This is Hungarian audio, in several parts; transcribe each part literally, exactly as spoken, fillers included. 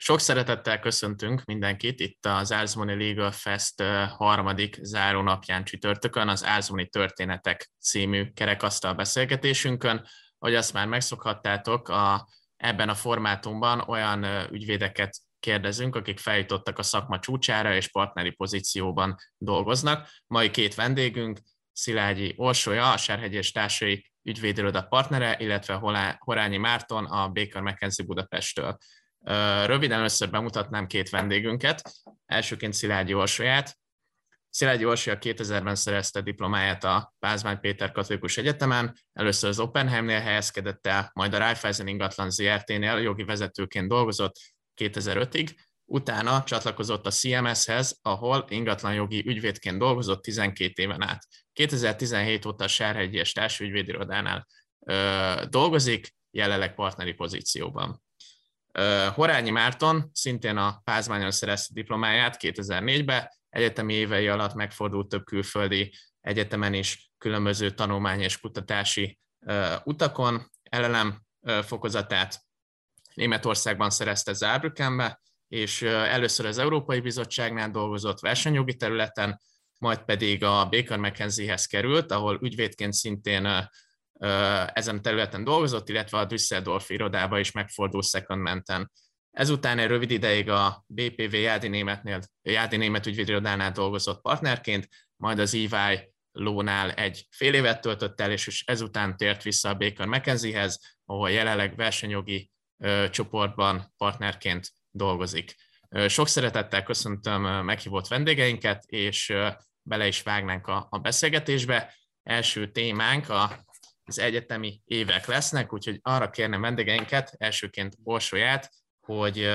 Sok szeretettel köszöntünk mindenkit itt az Árzmoni Legal Fest harmadik zárónapján csütörtökön, az Árzmoni Történetek című kerekasztal beszélgetésünkön. Ahogy azt már megszokhattátok, a, ebben a formátumban olyan ügyvédeket kérdezünk, akik feljutottak a szakma csúcsára és partneri pozícióban dolgoznak. Mai két vendégünk, Szilágyi Orsolya, a Sárhegy és Társai ügyvédiroda partnere, illetve Horányi Márton, a Baker McKenzie Budapesttől. Röviden először bemutatnám két vendégünket. Elsőként Szilágyi Orsolyát. Szilágyi Orsolya kétezerben szerezte diplomáját a Pázmány Péter Katolikus Egyetemen, először az Oppenheimnél helyezkedett el, majd a Raiffeisen ingatlan zé er té-nél jogi vezetőként dolgozott kétezer-ötig, utána csatlakozott a cé em es-hez, ahol ingatlanjogi ügyvédként dolgozott tizenkét éven át. kétezer-tizenhét óta a Sárhegyi és Társai ügyvédirodánál dolgozik, jelenleg partneri pozícióban. Horányi Márton szintén a Pázmányon szerezte diplomáját kétezer-négyben, egyetemi évei alatt megfordult több külföldi egyetemen is különböző tanulmány és kutatási utakon. el el em fokozatát Németországban szerezte Saarbrückenbe, és először az Európai Bizottságnál dolgozott versenyjogi területen, majd pedig a Baker McKenzie-hez került, ahol ügyvédként szintén ezen a területen dolgozott, illetve a Düsseldorfi irodába is megfordult secondmenten. Ezután egy rövid ideig a bé pé vé Jádi Németnél, Jádi Német ügyvédirodánál dolgozott partnerként, majd az é vé i Law-nál egy fél évet töltött el, és ezután tért vissza a Baker McKenzie-hez, ahol jelenleg versenyjogi ö, csoportban partnerként dolgozik. Ö, sok szeretettel köszöntöm meghívott vendégeinket, és ö, bele is vágnánk a, a beszélgetésbe. Első témánk a az egyetemi évek lesznek, úgyhogy arra kérnem vendégeinket, elsőként Orsolyát, hogy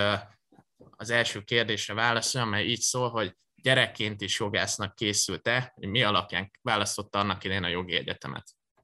az első kérdésre válaszoljon, mely így szól, hogy gyerekként is jogásznak készült-e, hogy mi alapján választotta annak idején a jogi egyetemet?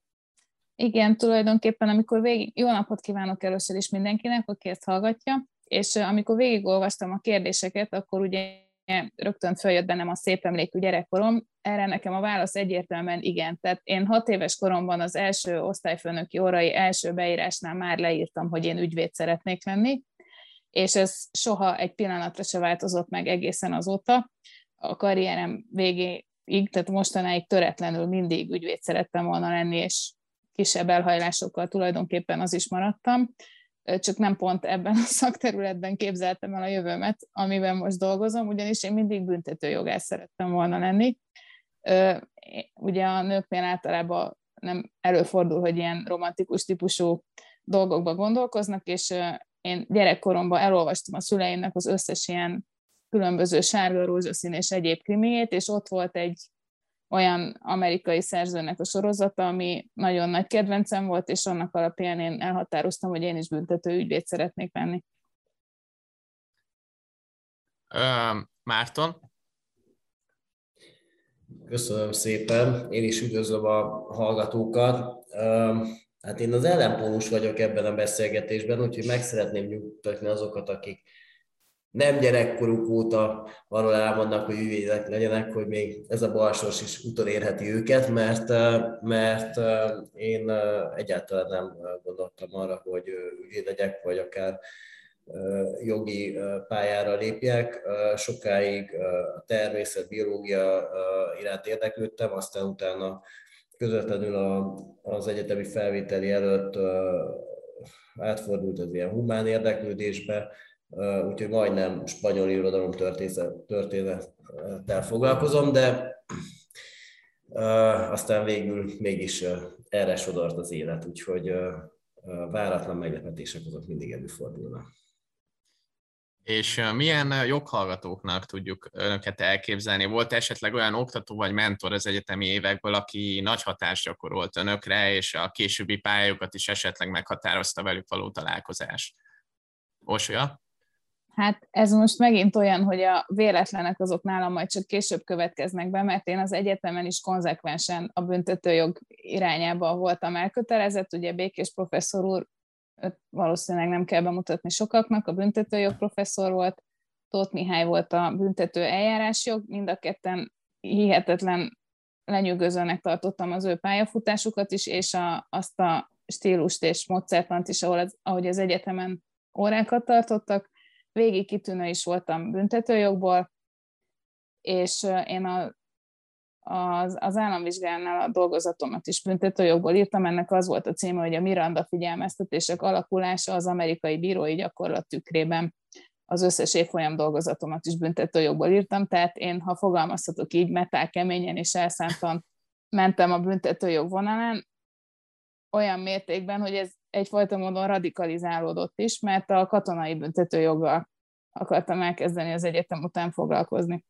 Igen, tulajdonképpen amikor végig, jó napot kívánok először is mindenkinek, aki ezt hallgatja, és amikor végigolvastam a kérdéseket, akkor ugye rögtön följött bennem a szép emlékű gyerekkorom. Erre nekem a válasz egyértelműen igen. Tehát én hat éves koromban az első osztályfőnöki órai első beírásnál már leírtam, hogy én ügyvéd szeretnék lenni, és ez soha egy pillanatra se változott meg egészen azóta. A karrierem végéig, tehát mostanáig töretlenül mindig ügyvéd szerettem volna lenni, és kisebb elhajlásokkal tulajdonképpen az is maradtam. Csak nem pont ebben a szakterületben képzeltem el a jövőmet, amiben most dolgozom, ugyanis én mindig büntetőjogász szerettem volna lenni. Ugye a nőknél általában nem előfordul, hogy ilyen romantikus típusú dolgokba gondolkoznak, és én gyerekkoromban elolvastam a szüleimnek az összes ilyen különböző sárga, rózsaszín és egyéb krimiét, és ott volt egy olyan amerikai szerzőnek a sorozata, ami nagyon nagy kedvencem volt, és annak alapján én elhatároztam, hogy én is büntető ügyvéd szeretnék lenni. Uh, Márton? Köszönöm szépen, én is üdvözlöm a hallgatókat. Uh, hát én az ellenpólus vagyok ebben a beszélgetésben, úgyhogy meg szeretném nyugtatni azokat, akik nem gyerekkoruk óta arról elmondnak, hogy ügyvédek legyenek, hogy még ez a balsors is utolérheti őket, mert, mert én egyáltalán nem gondoltam arra, hogy ügyvéd legyek, vagy akár jogi pályára lépjek. Sokáig a természet, biológia iránt érdeklődtem, aztán utána közvetlenül az egyetemi felvételi előtt átfordult az ilyen humán érdeklődésbe, úgyhogy majdnem spanyol irodalom történettel foglalkozom, de aztán végül mégis erre sodort az élet, úgyhogy váratlan meglepetések azok mindig előfordulnak. És milyen joghallgatóknak tudjuk önöket elképzelni? Volt esetleg olyan oktató vagy mentor az egyetemi évekből, aki nagy hatást gyakorolt önökre, és a későbbi pályájukat is esetleg meghatározta velük való találkozás? Orsolya? Hát ez most megint olyan, hogy a véletlenek azok nálam majd csak később következnek be, mert én az egyetemen is konzekvensen a büntetőjog irányába voltam elkötelezett. Ugye Békés professzor úr, valószínűleg nem kell bemutatni sokaknak, a büntetőjog professzor volt, Tóth Mihály volt a büntető eljárásjog, mind a ketten hihetetlen lenyűgözőnek tartottam az ő pályafutásukat is, és a, azt a stílust és módszertant is, ahol az, ahogy az egyetemen órákat tartottak. végig kitűnő is voltam büntetőjogból, és én a, az, az államvizsgánál a dolgozatomat is büntetőjogból írtam, ennek az volt a címe, hogy a Miranda figyelmeztetések alakulása az amerikai bírói gyakorlat tükrében. Az összes évfolyam dolgozatomat is büntetőjogból írtam, tehát én, ha fogalmazhatok így, metál keményen és elszántan mentem a büntetőjog vonalán, olyan mértékben, hogy ez egyfajta módon radikalizálódott is, mert a katonai büntetőjoggal akartam elkezdeni az egyetem után foglalkozni.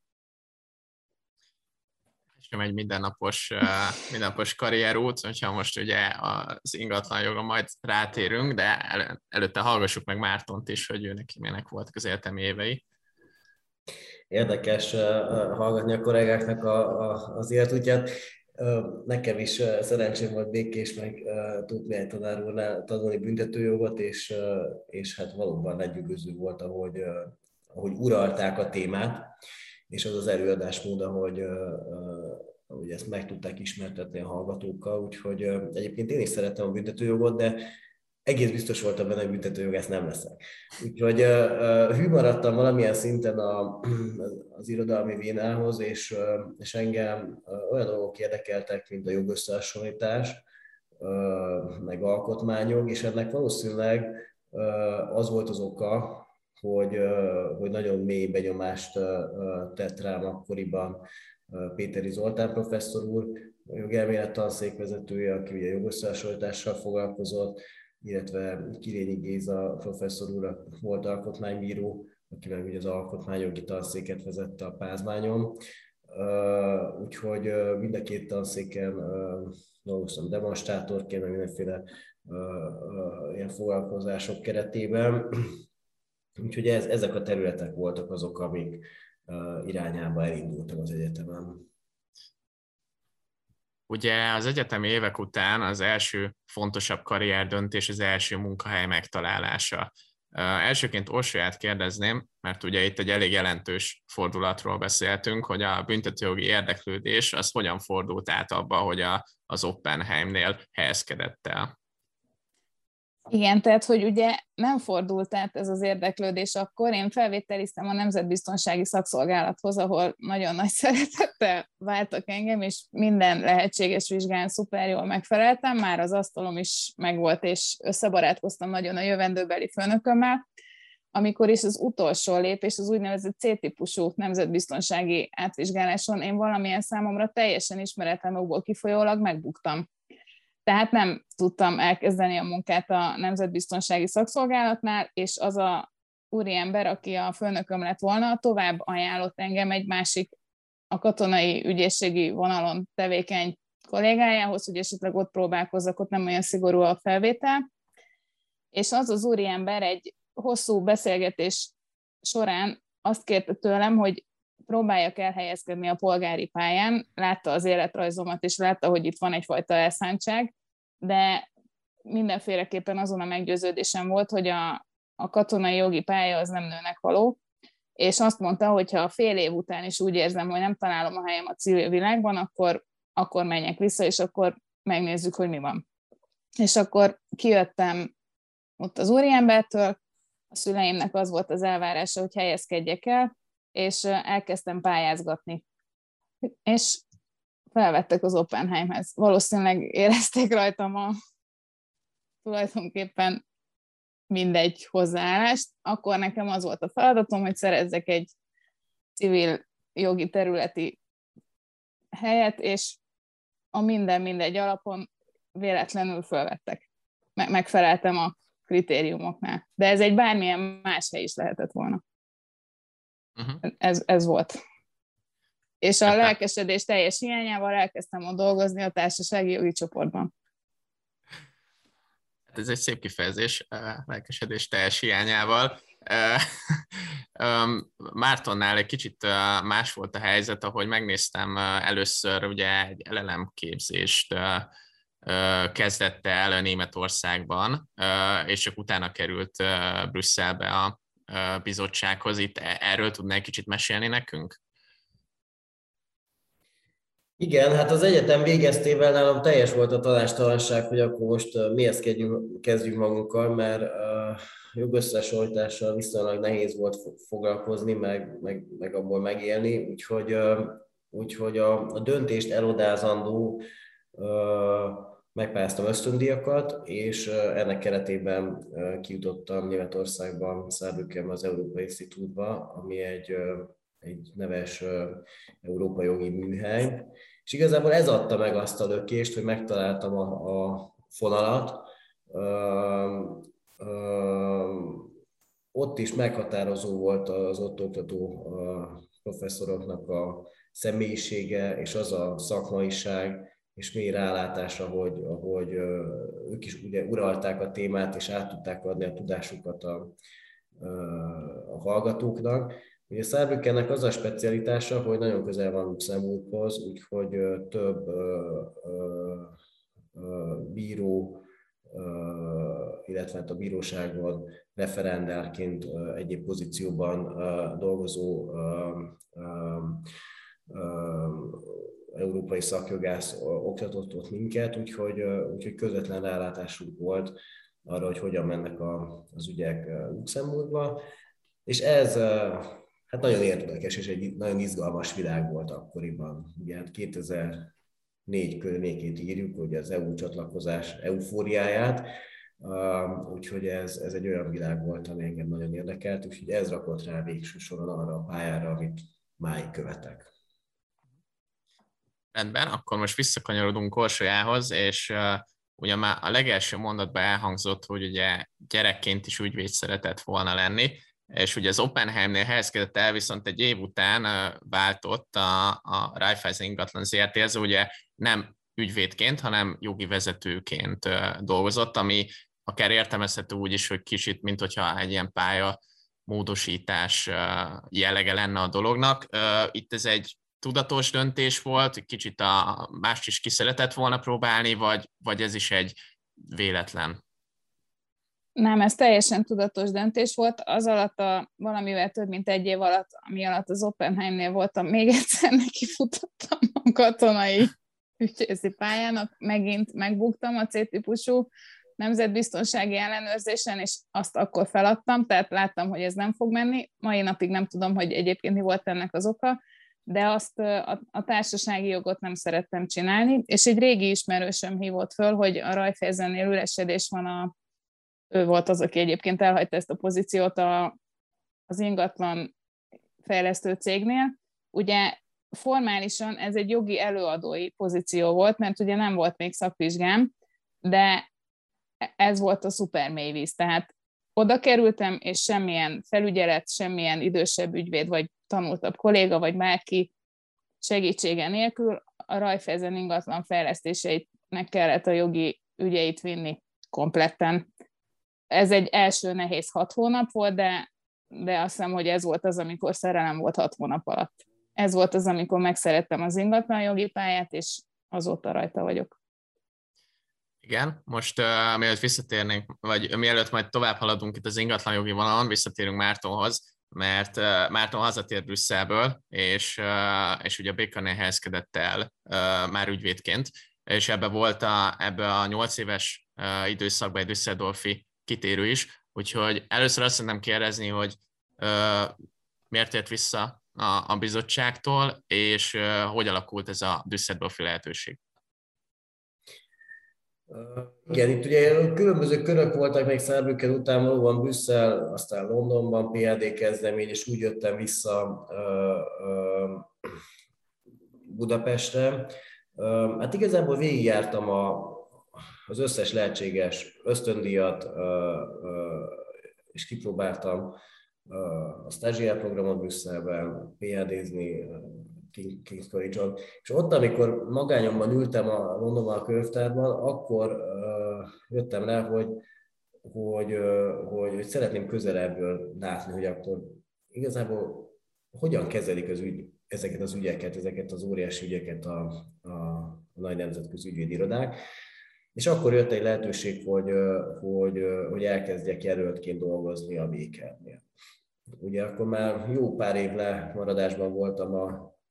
Sem egy mindennapos, mindennapos karrierút, hogyha most ugye az ingatlan jogra majd rátérünk, de el, előtte hallgassuk meg Mártont is, hogy ő neki milyenek voltak az egyetemi évei. Érdekes hallgatni a kollégáknak a, a, az életútját. Nekem is szerencsém volt Békés meg Tóth tanár úrnál tanulni büntetőjogot, és, és hát valóban lenyűgöző volt, ahogy, ahogy uralták a témát, és az az előadásmód, ahogy, ahogy ezt meg tudták ismertetni a hallgatókkal, úgyhogy egyébként én is szerettem a büntetőjogot, de egész biztos voltam benne, hogy büntetőjog, ezt nem leszek. Úgyhogy uh, hű maradtam valamilyen szinten a, az irodalmi vénához, és, uh, és engem uh, olyan dolgok érdekeltek, mint a jogösszehasonlítás, uh, meg alkotmányok, és ennek valószínűleg uh, az volt az oka, hogy, uh, hogy nagyon mély benyomást uh, tett rám akkoriban uh, Péteri Zoltán professzor úr, a jogelmélet tanszékvezetője, aki ugye jogösszehasonlítással foglalkozott, illetve Kirényi Géza professzor úr volt alkotmánybíró, aki meg ugye az alkotmányjogi tanszéket vezette a Pázmányon. Úgyhogy mind a két tanszéken dolgoztam demonstrátorként, meg mindenféle ilyen foglalkozások keretében. Úgyhogy ez, ezek a területek voltak azok, amik irányába elindultam az egyetemen. Ugye az egyetemi évek után az első fontosabb karrierdöntés az első munkahely megtalálása. Elsőként Orsolyát kérdezném, mert ugye itt egy elég jelentős fordulatról beszéltünk, hogy a büntetőjogi érdeklődés az hogyan fordult át abba, hogy a, az Oppenheimnél helyezkedett el. Igen, tehát, hogy ugye nem fordult át ez az érdeklődés akkor. Én felvételiztem a Nemzetbiztonsági Szakszolgálathoz, ahol nagyon nagy szeretettel vártak engem, és minden lehetséges vizsgán szuper jól megfeleltem, már az asztalom is megvolt, és összebarátkoztam nagyon a jövendőbeli főnökömmel, amikor is az utolsó lépés, az úgynevezett C-típusú nemzetbiztonsági átvizsgáláson én valamilyen számomra teljesen ismeretlen okból kifolyólag megbuktam. Tehát nem tudtam elkezdeni a munkát a Nemzetbiztonsági Szakszolgálatnál, és az a úriember, aki a főnököm lett volna, tovább ajánlott engem egy másik, a katonai ügyészségi vonalon tevékeny kollégájához, hogy esetleg ott próbálkozzak, ott nem olyan szigorú a felvétel. És az az úriember egy hosszú beszélgetés során azt kérte tőlem, hogy próbáljak elhelyezkedni a polgári pályán, látta az életrajzomat, és látta, hogy itt van egyfajta elszántság, de mindenféleképpen azon a meggyőződésem volt, hogy a, a katonai jogi pálya az nem nőnek való, és azt mondta, hogy ha fél év után is úgy érzem, hogy nem találom a helyem a civil világban, akkor, akkor menjek vissza, és akkor megnézzük, hogy mi van. És akkor kijöttem ott az úriembertől, a szüleimnek az volt az elvárása, hogy helyezkedjek el, és elkezdtem pályázgatni. És felvettek az Oppenheimhez. Valószínűleg érezték rajtam a tulajdonképpen mindegy hozzáállást. Akkor nekem az volt a feladatom, hogy szerezzek egy civil jogi területi helyet, és a minden mindegy alapon véletlenül felvettek. Megfeleltem a kritériumoknál. De ez egy bármilyen más hely is lehetett volna. Uh-huh. Ez, ez volt. És a lelkesedés teljes hiányával elkezdtem ott dolgozni a társasági jogi csoportban. Ez egy szép kifejezés, lelkesedés teljes hiányával. Mártonnál egy kicsit más volt a helyzet, ahogy megnéztem először ugye egy el el em képzést kezdett el Németországban, és csak utána került Brüsszelbe a bizottsághoz. Itt erről tudnál egy kicsit mesélni nekünk? Igen, hát az egyetem végeztével nálam teljes volt a tanástalanság, hogy akkor most mihez kezdjünk, kezdjünk magunkkal, mert uh, jogösszehasonlítással viszonylag nehéz volt foglalkozni, meg, meg, meg abból megélni, úgyhogy, uh, úgyhogy a, a döntést elodázandó uh, megpályáztam ösztöndíjakat, és uh, ennek keretében uh, kijutottam Németországban, Saarbrückenben az Európai Institute-ba, ami egy, uh, egy neves uh, európai jogi műhely, és igazából ez adta meg azt a lökést, hogy megtaláltam a, a fonalat. Ö, ö, ott is meghatározó volt az ott oktató professzoroknak a személyisége, és az a szakmaiság, és mély rálátás, ahogy, ahogy ők is ugye uralták a témát, és át tudták adni a tudásukat a, a hallgatóknak. Ugye Saarbrückennek az a specialitása, hogy nagyon közel van Luxemburghoz, úgyhogy több bíró, illetve a bíróságon referendárként egyéb pozícióban dolgozó európai szakjogász oktatott ott minket, úgyhogy, úgyhogy közvetlen rálátásunk volt arra, hogy hogyan mennek az ügyek Luxemburgba. És ez hát nagyon érdekes, és egy nagyon izgalmas világ volt akkoriban. Ugye hát kétezer-négy környékét írjuk, ugye az é u csatlakozás eufóriáját, úgyhogy ez, ez egy olyan világ volt, ami engem nagyon érdekelt, úgyhogy ez rakott rá végső soron arra a pályára, amit máig követek. Rendben, akkor most visszakanyarodunk Orsolyához, és uh, ugye már a legelső mondatban elhangzott, hogy ugye gyerekként is ügyvéd szeretett volna lenni, és ugye az Oppenheimnél helyezkedett el, viszont egy év után váltott a, a Raiffeisen ingatlan zé er té-hez, ugye nem ügyvédként, hanem jogi vezetőként dolgozott, ami akár értelmezhető úgy is, hogy kicsit, mint hogyha egy ilyen pálya módosítás jellege lenne a dolognak. Itt ez egy tudatos döntés volt, kicsit a mást is ki szeretett volna próbálni, vagy, vagy ez is egy véletlen? Nem, ez teljesen tudatos döntés volt. Az alatt a valamivel több mint egy év alatt, ami alatt az Oppenheimnél voltam, még egyszer nekifutottam a katonai ügyészi pályának, megint megbuktam a C-típusú nemzetbiztonsági ellenőrzésen, és azt akkor feladtam, tehát láttam, hogy ez nem fog menni. Mai napig nem tudom, hogy egyébként mi volt ennek az oka, de azt a, a társasági jogot nem szerettem csinálni, és egy régi ismerősöm hívott föl, hogy a Raiffeisennél üresedés van, a, ő volt az, aki egyébként elhagyta ezt a pozíciót a, az ingatlan fejlesztő cégnél. Ugye formálisan ez egy jogi előadói pozíció volt, mert ugye nem volt még szakvizsgám, de ez volt a szuper mélyvíz, tehát oda kerültem, és semmilyen felügyelet, semmilyen idősebb ügyvéd, vagy tanultabb kolléga, vagy bárki segítsége nélkül a Raiffeisen ingatlan fejlesztéseitnek kellett a jogi ügyeit vinni kompletten. Ez egy első nehéz hat hónap volt, de, de azt hiszem, hogy ez volt az, amikor szerelem volt hat hónap alatt. Ez volt az, amikor megszerettem az ingatlan jogi pályát, és azóta rajta vagyok. Igen, most uh, mielőtt visszatérnénk, vagy mielőtt majd tovább haladunk itt az ingatlan jogi vonalon, visszatérünk Mártonhoz, mert uh, Márton hazatért Brüsszelből, és, uh, és ugye a bé ká-nél helyezkedett el uh, már ügyvédként, és ebbe volt a, ebbe a nyolc éves uh, időszakban egy düsseldorfi kitérő is, úgyhogy először azt szeretném kérdezni, hogy uh, miért tért vissza a, a bizottságtól, és uh, hogy alakult ez a düsseldorfi lehetőség? Igen, itt ugye különböző körök voltak még Saarbrücken után, valóban Brüsszel, aztán Londonban pé há dé kezdemény, és úgy jöttem vissza Budapestre. Hát igazából végigjártam a, az összes lehetséges ösztöndíjat, és kipróbáltam a stagiaire programot Brüsszelben, pé há dé-zni, King's College-on, és ott, amikor magányomban ültem a Londonban a könyvtárban, akkor uh, jöttem rá, hogy, hogy, uh, hogy, hogy szeretném közelebbről látni, hogy akkor igazából hogyan kezelik az ügy, ezeket az ügyeket, ezeket az óriási ügyeket a, a, a nagy nemzetközi ügyvédirodák. És akkor jött egy lehetőség, hogy, hogy, hogy elkezdjek jelöltként dolgozni a bé ká-nél. Ugye akkor már jó pár év lemaradásban voltam a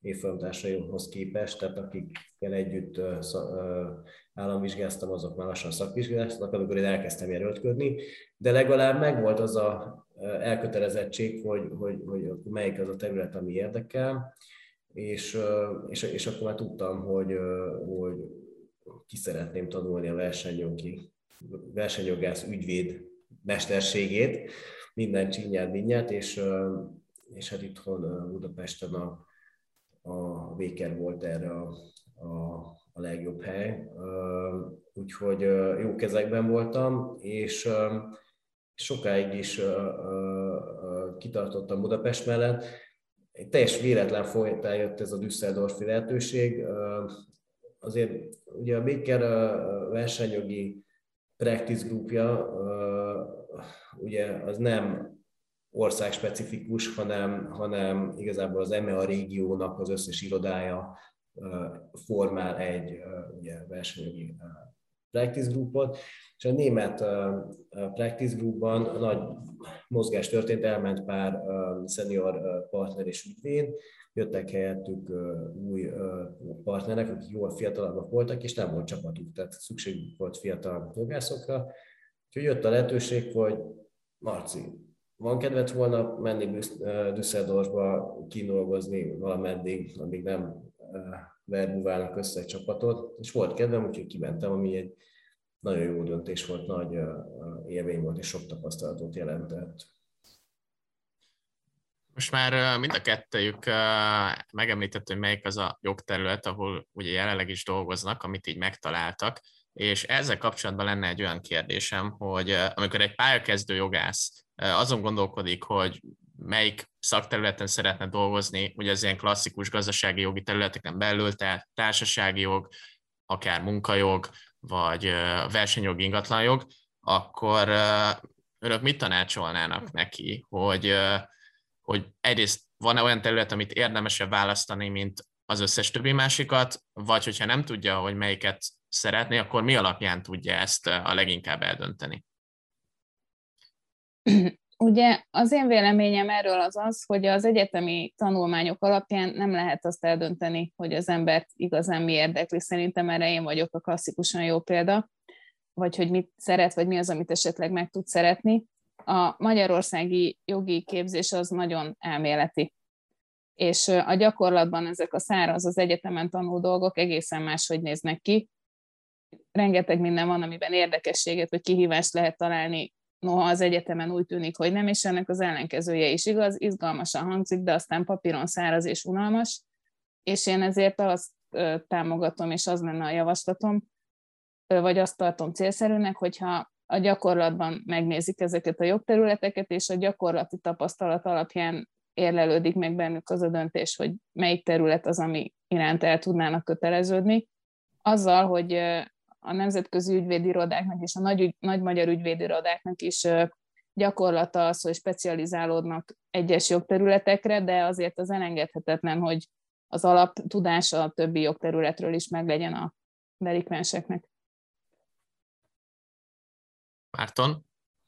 évfolyamtársaimhoz képest, tehát akikkel együtt államvizsgáztam, azok már lassan szakvizsgáztak, amikor én elkezdtem jelöltködni, de legalább megvolt az a elkötelezettség, hogy, hogy, hogy melyik az a terület, ami érdekel, és, és, és akkor már tudtam, hogy, hogy ki szeretném tanulni a versenyjogi, versenyjogász ügyvéd mesterségét, minden csinyát, mindjárt, és, és hát itthon Budapesten a, a Véker volt erre a, a, a legjobb hely. Úgyhogy jó kezekben voltam, és sokáig is kitartottam Budapest mellett. Egy teljes véletlen folytán jött ez a Düsseldorfi lehetőség. Azért ugye a Véker versenyjogi practice groupja, ugye az nem országspecifikus, hanem, hanem igazából az em e á régiónak az összes irodája formál egy ugye, versenyjogi practice groupot, és a német practice groupban nagy mozgás történt, elment pár senior partner és ügyvéd, jöttek helyettük új partnerek, akik jól fiatalabbak voltak, és nem volt csapatuk, tehát szükségük volt fiatal jogászokra. Úgyhogy jött a lehetőség, hogy Marci, van kedved volna menni Düsseldorfba kidolgozni valameddig, amíg nem verbuválnak össze egy csapatot, és volt kedvem, úgyhogy kimentem, ami egy nagyon jó döntés volt, nagy élmény volt, és sok tapasztalatot jelentett. Most már mind a kettőjük megemlített, hogy melyik az a jogterület, ahol ugye jelenleg is dolgoznak, amit így megtaláltak, és ezzel kapcsolatban lenne egy olyan kérdésem, hogy amikor egy pályakezdő jogász azon gondolkodik, hogy melyik szakterületen szeretne dolgozni, ugye az ilyen klasszikus gazdasági jogi területeken belül, tehát társasági jog, akár munkajog, vagy versenyjogi ingatlanjog, akkor önök mit tanácsolnának neki, hogy, hogy egyrészt van-e olyan terület, amit érdemesebb választani, mint az összes többi másikat, vagy hogyha nem tudja, hogy melyiket szeretné, akkor mi alapján tudja ezt a leginkább eldönteni? Ugye az én véleményem erről az az, hogy az egyetemi tanulmányok alapján nem lehet azt eldönteni, hogy az embert igazán mi érdekli. Szerintem erre én vagyok a klasszikusan jó példa, vagy hogy mit szeret, vagy mi az, amit esetleg meg tud szeretni. A magyarországi jogi képzés az nagyon elméleti. És a gyakorlatban ezek a száraz, az egyetemen tanul dolgok egészen máshogy néznek ki. Rengeteg minden van, amiben érdekességet vagy kihívást lehet találni, noha az egyetemen úgy tűnik, hogy nem, és ennek az ellenkezője is igaz, izgalmasan hangzik, de aztán papíron száraz és unalmas, és én ezért azt támogatom, és az lenne a javaslatom, vagy azt tartom célszerűnek, hogyha a gyakorlatban megnézik ezeket a jogterületeket, és a gyakorlati tapasztalat alapján érlelődik meg bennük az a döntés, hogy melyik terület az, ami iránt el tudnának köteleződni. Azzal, hogy a nemzetközi ügyvédirodáknak és a nagy, ügy, nagy magyar ügyvédirodáknak is gyakorlata az, hogy specializálódnak egyes jogterületekre, de azért az elengedhetetlen, hogy az alaptudása a többi jogterületről is meglegyen a delikvenseknek. Márton?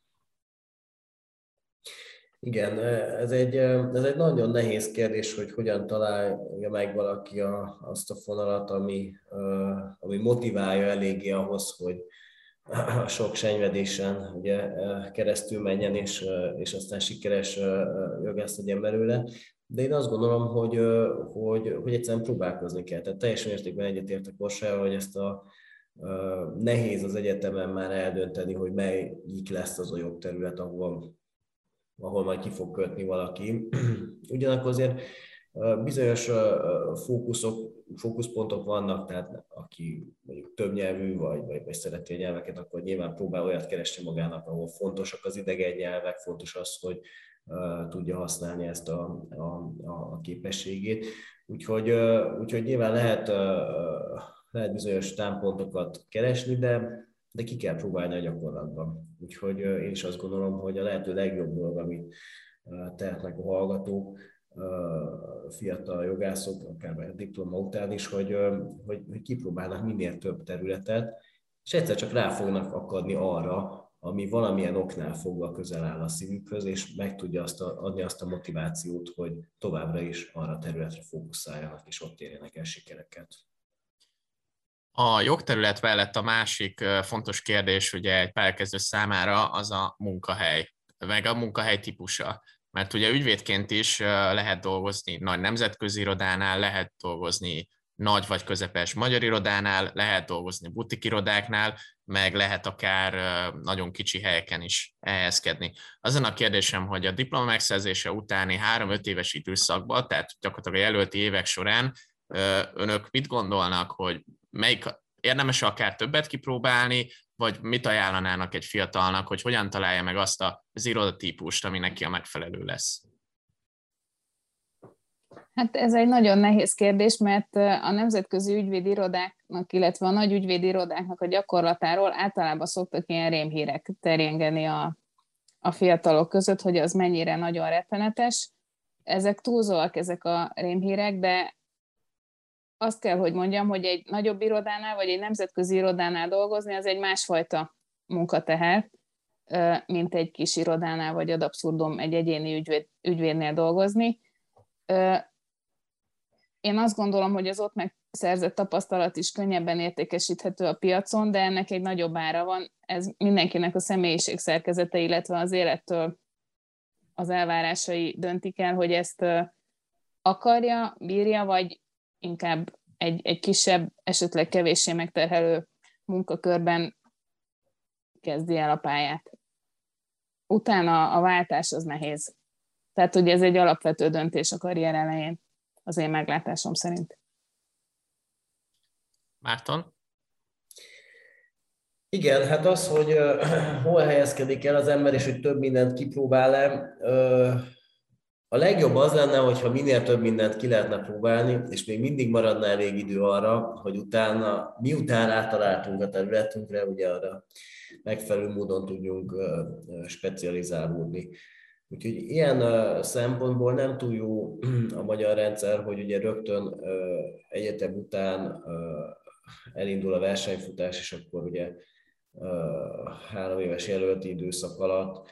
Igen, ez egy, ez egy nagyon nehéz kérdés, hogy hogyan találja meg valaki a, azt a fonalat, ami, ami motiválja eléggé ahhoz, hogy a sok senyvedésen ugye, keresztül menjen, és, és aztán sikeres jogász legyen belőle. De én azt gondolom, hogy, hogy, hogy egyszerűen próbálkozni kell. Tehát teljes mértékben egyetértek Orsájával, hogy ezt a nehéz az egyetemen már eldönteni, hogy melyik lesz az a jogterület, ahol ahol majd ki fog kötni valaki. Ugyanakkor azért bizonyos fókuszok, fókuszpontok vannak, tehát aki mondjuk többnyelvű, vagy, vagy, vagy szereti a nyelveket, akkor nyilván próbál olyat keresni magának, ahol fontosak az idegen nyelvek, fontos az, hogy uh, tudja használni ezt a, a, a képességét. Úgyhogy, uh, úgyhogy nyilván lehet, uh, lehet bizonyos támpontokat keresni, de de ki kell próbálni a gyakorlatban. Úgyhogy én is azt gondolom, hogy a lehető legjobb dolog, amit tehetnek a hallgatók, fiatal jogászok, akár a diploma után is, hogy, hogy, hogy kipróbálnak minél több területet, és egyszer csak rá fognak akadni arra, ami valamilyen oknál fogva közel áll a szívükhöz, és meg tudja azt a, adni azt a motivációt, hogy továbbra is arra a területre fókuszáljanak, és ott érjenek el sikereket. A jogterület mellett a másik fontos kérdés ugye egy pályakezdő számára az a munkahely, meg a munkahely típusa. Mert ugye ügyvédként is lehet dolgozni nagy nemzetközi irodánál, lehet dolgozni nagy vagy közepes magyar irodánál, lehet dolgozni butik irodáknál, meg lehet akár nagyon kicsi helyeken is elhelyezkedni. Azon a kérdésem, hogy a diploma megszerzése utáni három-öt éves időszakban, tehát gyakorlatilag a jelölti évek során önök mit gondolnak, hogy melyik érdemes akár többet kipróbálni, vagy mit ajánlanának egy fiatalnak, hogy hogyan találja meg azt az irodatípust, ami neki a megfelelő lesz? Hát ez egy nagyon nehéz kérdés, mert a nemzetközi ügyvédi irodáknak, illetve a nagy ügyvédi irodáknak a gyakorlatáról általában szoktak ilyen rémhírek terjengeni a, a fiatalok között, hogy az mennyire nagyon rettenetes. Ezek túlzóak, ezek a rémhírek, de azt kell, hogy mondjam, hogy egy nagyobb irodánál, vagy egy nemzetközi irodánál dolgozni, az egy másfajta munkateher, mint egy kis irodánál, vagy ad abszurdum egy egyéni ügyvéd, ügyvédnél dolgozni. Én azt gondolom, hogy az ott megszerzett tapasztalat is könnyebben értékesíthető a piacon, de ennek egy nagyobb ára van. Ez mindenkinek a személyiség szerkezete, illetve az élettől az elvárásai döntik el, hogy ezt akarja, bírja, vagy inkább egy, egy kisebb, esetleg kevéssé megterhelő munkakörben kezdi el a pályát. Utána a váltás az nehéz. Tehát, hogy ez egy alapvető döntés a karrier elején, az én meglátásom szerint. Márton? Igen, hát az, hogy uh, hol helyezkedik el az ember, és hogy több mindent kipróbál-e, uh, a legjobb az lenne, hogyha minél több mindent ki lehetne próbálni, és még mindig maradna elég idő arra, hogy utána, miután átaláltunk a területünkre, ugye arra megfelelő módon tudjunk specializálódni. Úgyhogy ilyen szempontból nem túl jó a magyar rendszer, hogy ugye rögtön egyetem után elindul a versenyfutás, és akkor ugye három éves jelölti időszak alatt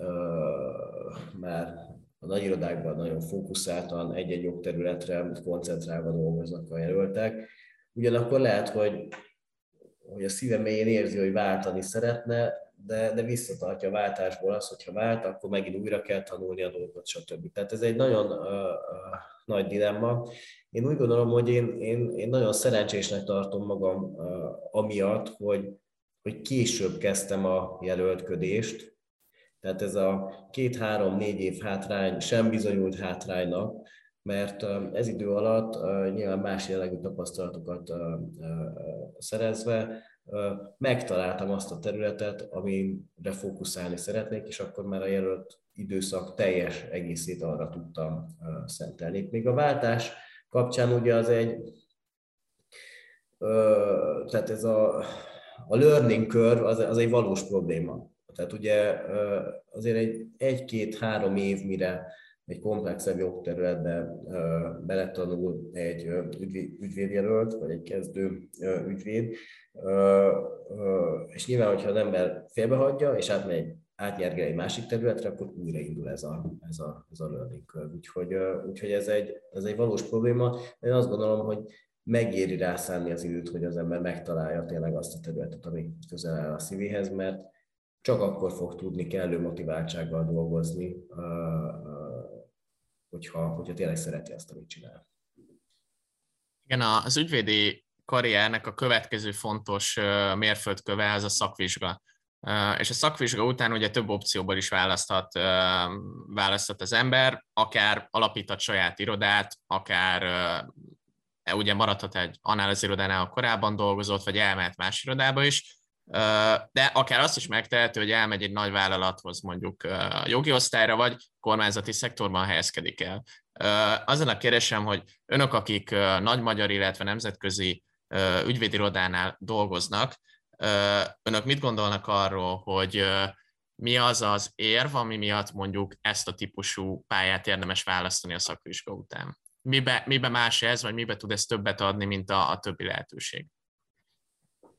már a nagyirodákban nagyon fókuszáltan egy-egy jogterületre koncentrálva dolgoznak a jelöltek. Ugyanakkor lehet, hogy, hogy a szíve mélyén érzi, hogy váltani szeretne, de, de visszatartja a váltásból az, hogyha vált, akkor megint újra kell tanulni a dolgot, stb. Tehát ez egy nagyon uh, uh, nagy dilemma. Én úgy gondolom, hogy én, én, én nagyon szerencsésnek tartom magam uh, amiatt, hogy, hogy később kezdtem a jelöltködést. Tehát ez a két-három-négy év hátrány sem bizonyult hátránynak, mert ez idő alatt nyilván más jellegű tapasztalatokat szerezve megtaláltam azt a területet, amire fókuszálni szeretnék, és akkor már a jelölt időszak teljes egészét arra tudtam szentelni. Még a váltás kapcsán ugye az egy, tehát ez a, a learning curve az, az egy valós probléma. Tehát ugye azért egy, egy-két-három év, mire egy komplexebb jogterületbe beletanul egy ügyvédjelölt, vagy egy kezdő ügyvéd, és nyilván, hogyha az ember félbehagyja, és átmegy, átnyergel egy másik területre, akkor újraindul ez a, ez a, ez a learning curve. Úgyhogy, úgyhogy ez, egy, ez egy valós probléma. Én azt gondolom, hogy megéri rászánni az időt, hogy az ember megtalálja tényleg azt a területet, ami közel áll a szívéhez, mert csak akkor fog tudni kellő motiváltsággal dolgozni, hogyha, hogyha tényleg szereti azt, amit csinál. Igen, az ügyvédi karriernek a következő fontos mérföldköve az a szakvizsga. És a szakvizsga után ugye több opcióból is választhat, választhat az ember, akár alapíthat saját irodát, akár ugye maradhat egy annál az irodánál, ahol korábban dolgozott, vagy elmehet más irodába is, de akár azt is megtehető, hogy elmegy egy nagy vállalathoz, mondjuk a jogi osztályra, vagy kormányzati szektorban helyezkedik el. Azon a kérdésem, hogy önök, akik nagy magyar, illetve nemzetközi ügyvédirodánál dolgoznak, önök mit gondolnak arról, hogy mi az az érv, ami miatt mondjuk ezt a típusú pályát érdemes választani a szakvizsga után? Mibe, mibe más ez, vagy mibe tud ez többet adni, mint a, a többi lehetőség?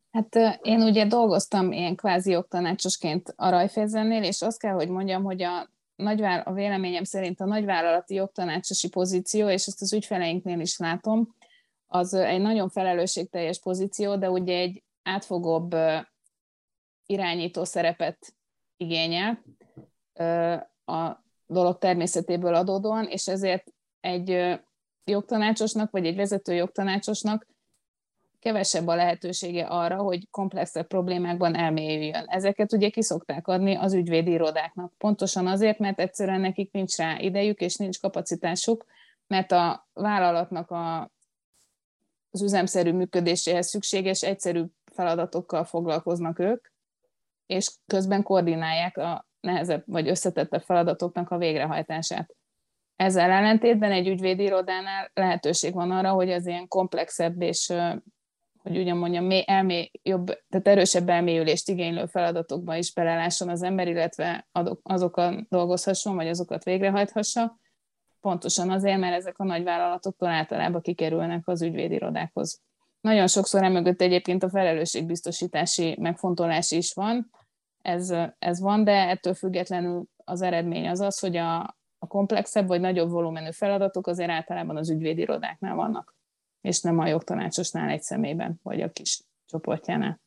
Hát én ugye dolgoztam ilyen kvázi jogtanácsosként a Raiffeisennél, és azt kell, hogy mondjam, hogy a, nagyvál, a véleményem szerint a nagyvállalati jogtanácsosi pozíció, és ezt az ügyfeleinknél is látom, az egy nagyon felelősségteljes pozíció, de ugye egy átfogóbb irányító szerepet igényel a dolog természetéből adódóan, és ezért egy jogtanácsosnak, vagy egy vezető jogtanácsosnak kevesebb a lehetősége arra, hogy komplexebb problémákban elmélyüljön. Ezeket ugye ki szokták adni az ügyvédi irodáknak. Pontosan azért, mert egyszerűen nekik nincs rá idejük, és nincs kapacitásuk, mert a vállalatnak a, az üzemszerű működéséhez szükséges egyszerű feladatokkal foglalkoznak ők, és közben koordinálják a nehezebb vagy összetettebb feladatoknak a végrehajtását. Ezzel ellentétben egy ügyvédi irodánál lehetőség van arra, hogy az ilyen komplexebb és, hogy ugyan mondjam, elmély, jobb, tehát erősebb elmélyülést igénylő feladatokba is belelásson az ember, illetve azokat dolgozhasson, vagy azokat végrehajthassa. Pontosan azért, mert ezek a nagyvállalatoktól általában kikerülnek az ügyvédirodákhoz. Nagyon sokszor emögött egyébként a felelősségbiztosítási megfontolás is van, ez, ez van, de ettől függetlenül az eredmény az az, hogy a, a komplexebb vagy nagyobb volumenű feladatok azért általában az ügyvédirodáknál vannak, és nem a jogtanácsosnál egy személyben, vagy a kis csoportjánál.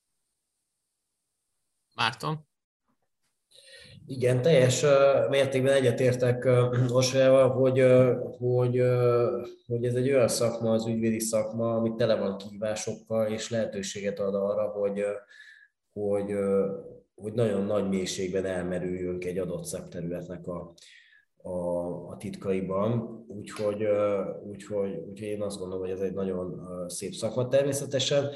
Márton? Igen, teljes mértékben egyetértek Orsolyával, hogy, hogy, hogy ez egy olyan szakma, az ügyvédi szakma, ami tele van kihívásokkal, és lehetőséget ad arra, hogy, hogy, hogy nagyon nagy mélységben elmerüljünk egy adott szakterületnek a, a, a titkaiban. Úgyhogy, úgyhogy, úgyhogy én azt gondolom, hogy ez egy nagyon szép szakma. Természetesen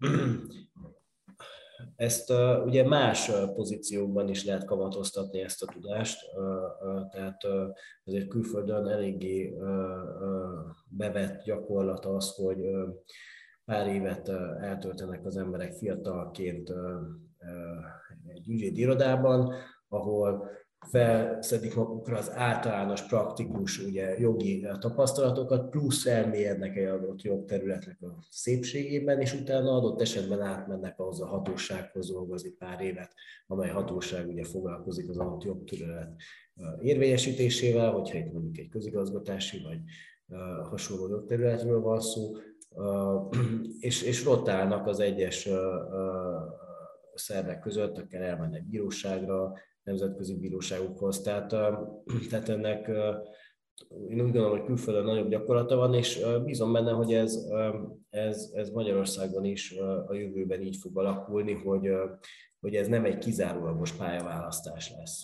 ezt uh, ugye más uh, pozíciókban is lehet kamatoztatni ezt a tudást, uh, uh, tehát uh, azért külföldön eléggé uh, uh, bevett gyakorlat az, hogy uh, pár évet uh, eltöltenek az emberek fiatalként uh, uh, egy ügyvédi irodában, ahol felszedik magukra az általános praktikus ugye, jogi tapasztalatokat, plusz elmélyednek egy adott jogterületnek a szépségében, és utána adott esetben átmennek ahhoz a hatósághoz dolgozni pár évet, amely hatóság ugye foglalkozik az adott jogterület érvényesítésével, hogyha itt mondjuk egy közigazgatási vagy hasonló jogterületről van szó, és, és rotálnak az egyes szervek között, akár elmennek bíróságra, nemzetközi bíróságokhoz. Tehát, tehát ennek én úgy gondolom, hogy külföldön nagyobb gyakorlata van, és bízom benne, hogy ez, ez, ez Magyarországon is a jövőben így fog alakulni, hogy, hogy ez nem egy kizárólagos pályaválasztás lesz.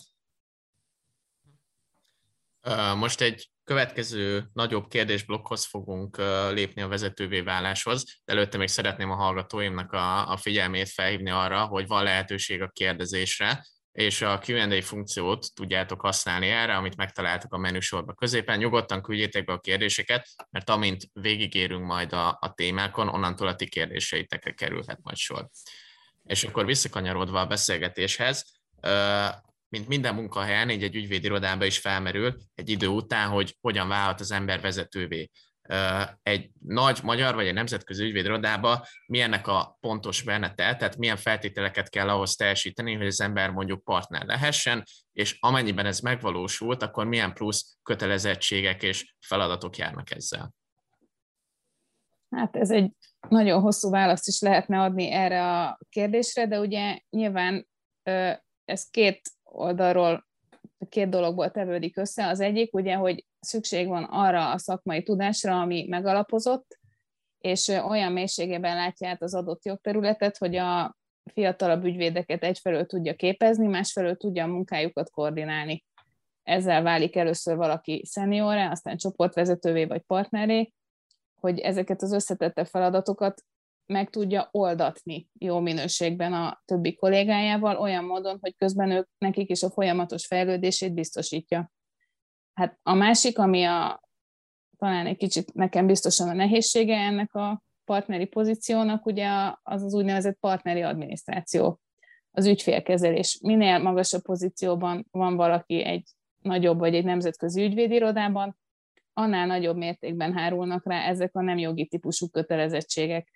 Most egy következő nagyobb kérdésblokkhoz fogunk lépni a vezetővé váláshoz, de előtte még szeretném a hallgatóimnak a, a figyelmét felhívni arra, hogy van lehetőség a kérdezésre, és a Q and A funkciót tudjátok használni erre, amit megtaláltok a menüsorba középen. Nyugodtan küldjétek be a kérdéseket, mert amint végigérünk majd a, a témákon, onnantól a ti kérdéseitekre kerülhet majd sor. És akkor visszakanyarodva a beszélgetéshez, mint minden munkahelyen, így egy ügyvédirodában is felmerül egy idő után, hogy hogyan válhat az ember vezetővé. Egy nagy magyar vagy egy nemzetközi ügyvédirodában mi ennek a pontos menete, tehát milyen feltételeket kell ahhoz teljesíteni, hogy az ember mondjuk partner lehessen, és amennyiben ez megvalósult, akkor milyen plusz kötelezettségek és feladatok járnak ezzel? Hát ez egy nagyon hosszú választ is lehetne adni erre a kérdésre, de ugye nyilván ez két oldalról, két dologból tevődik össze. Az egyik ugye, hogy szükség van arra a szakmai tudásra, ami megalapozott, és olyan mélységében látja át az adott jogterületet, hogy a fiatalabb ügyvédeket egyfelől tudja képezni, másfelől tudja a munkájukat koordinálni. Ezzel válik először valaki szeniorrá, aztán csoportvezetővé vagy partneré, hogy ezeket az összetettebb feladatokat meg tudja oldatni jó minőségben a többi kollégájával, olyan módon, hogy közben ők, nekik is a folyamatos fejlődését biztosítja. Hát a másik, ami a, talán egy kicsit nekem biztosan a nehézsége ennek a partneri pozíciónak, ugye az az úgynevezett partneri adminisztráció, az ügyfélkezelés. Minél magasabb pozícióban van valaki egy nagyobb vagy egy nemzetközi ügyvédirodában, annál nagyobb mértékben hárulnak rá ezek a nem jogi típusú kötelezettségek.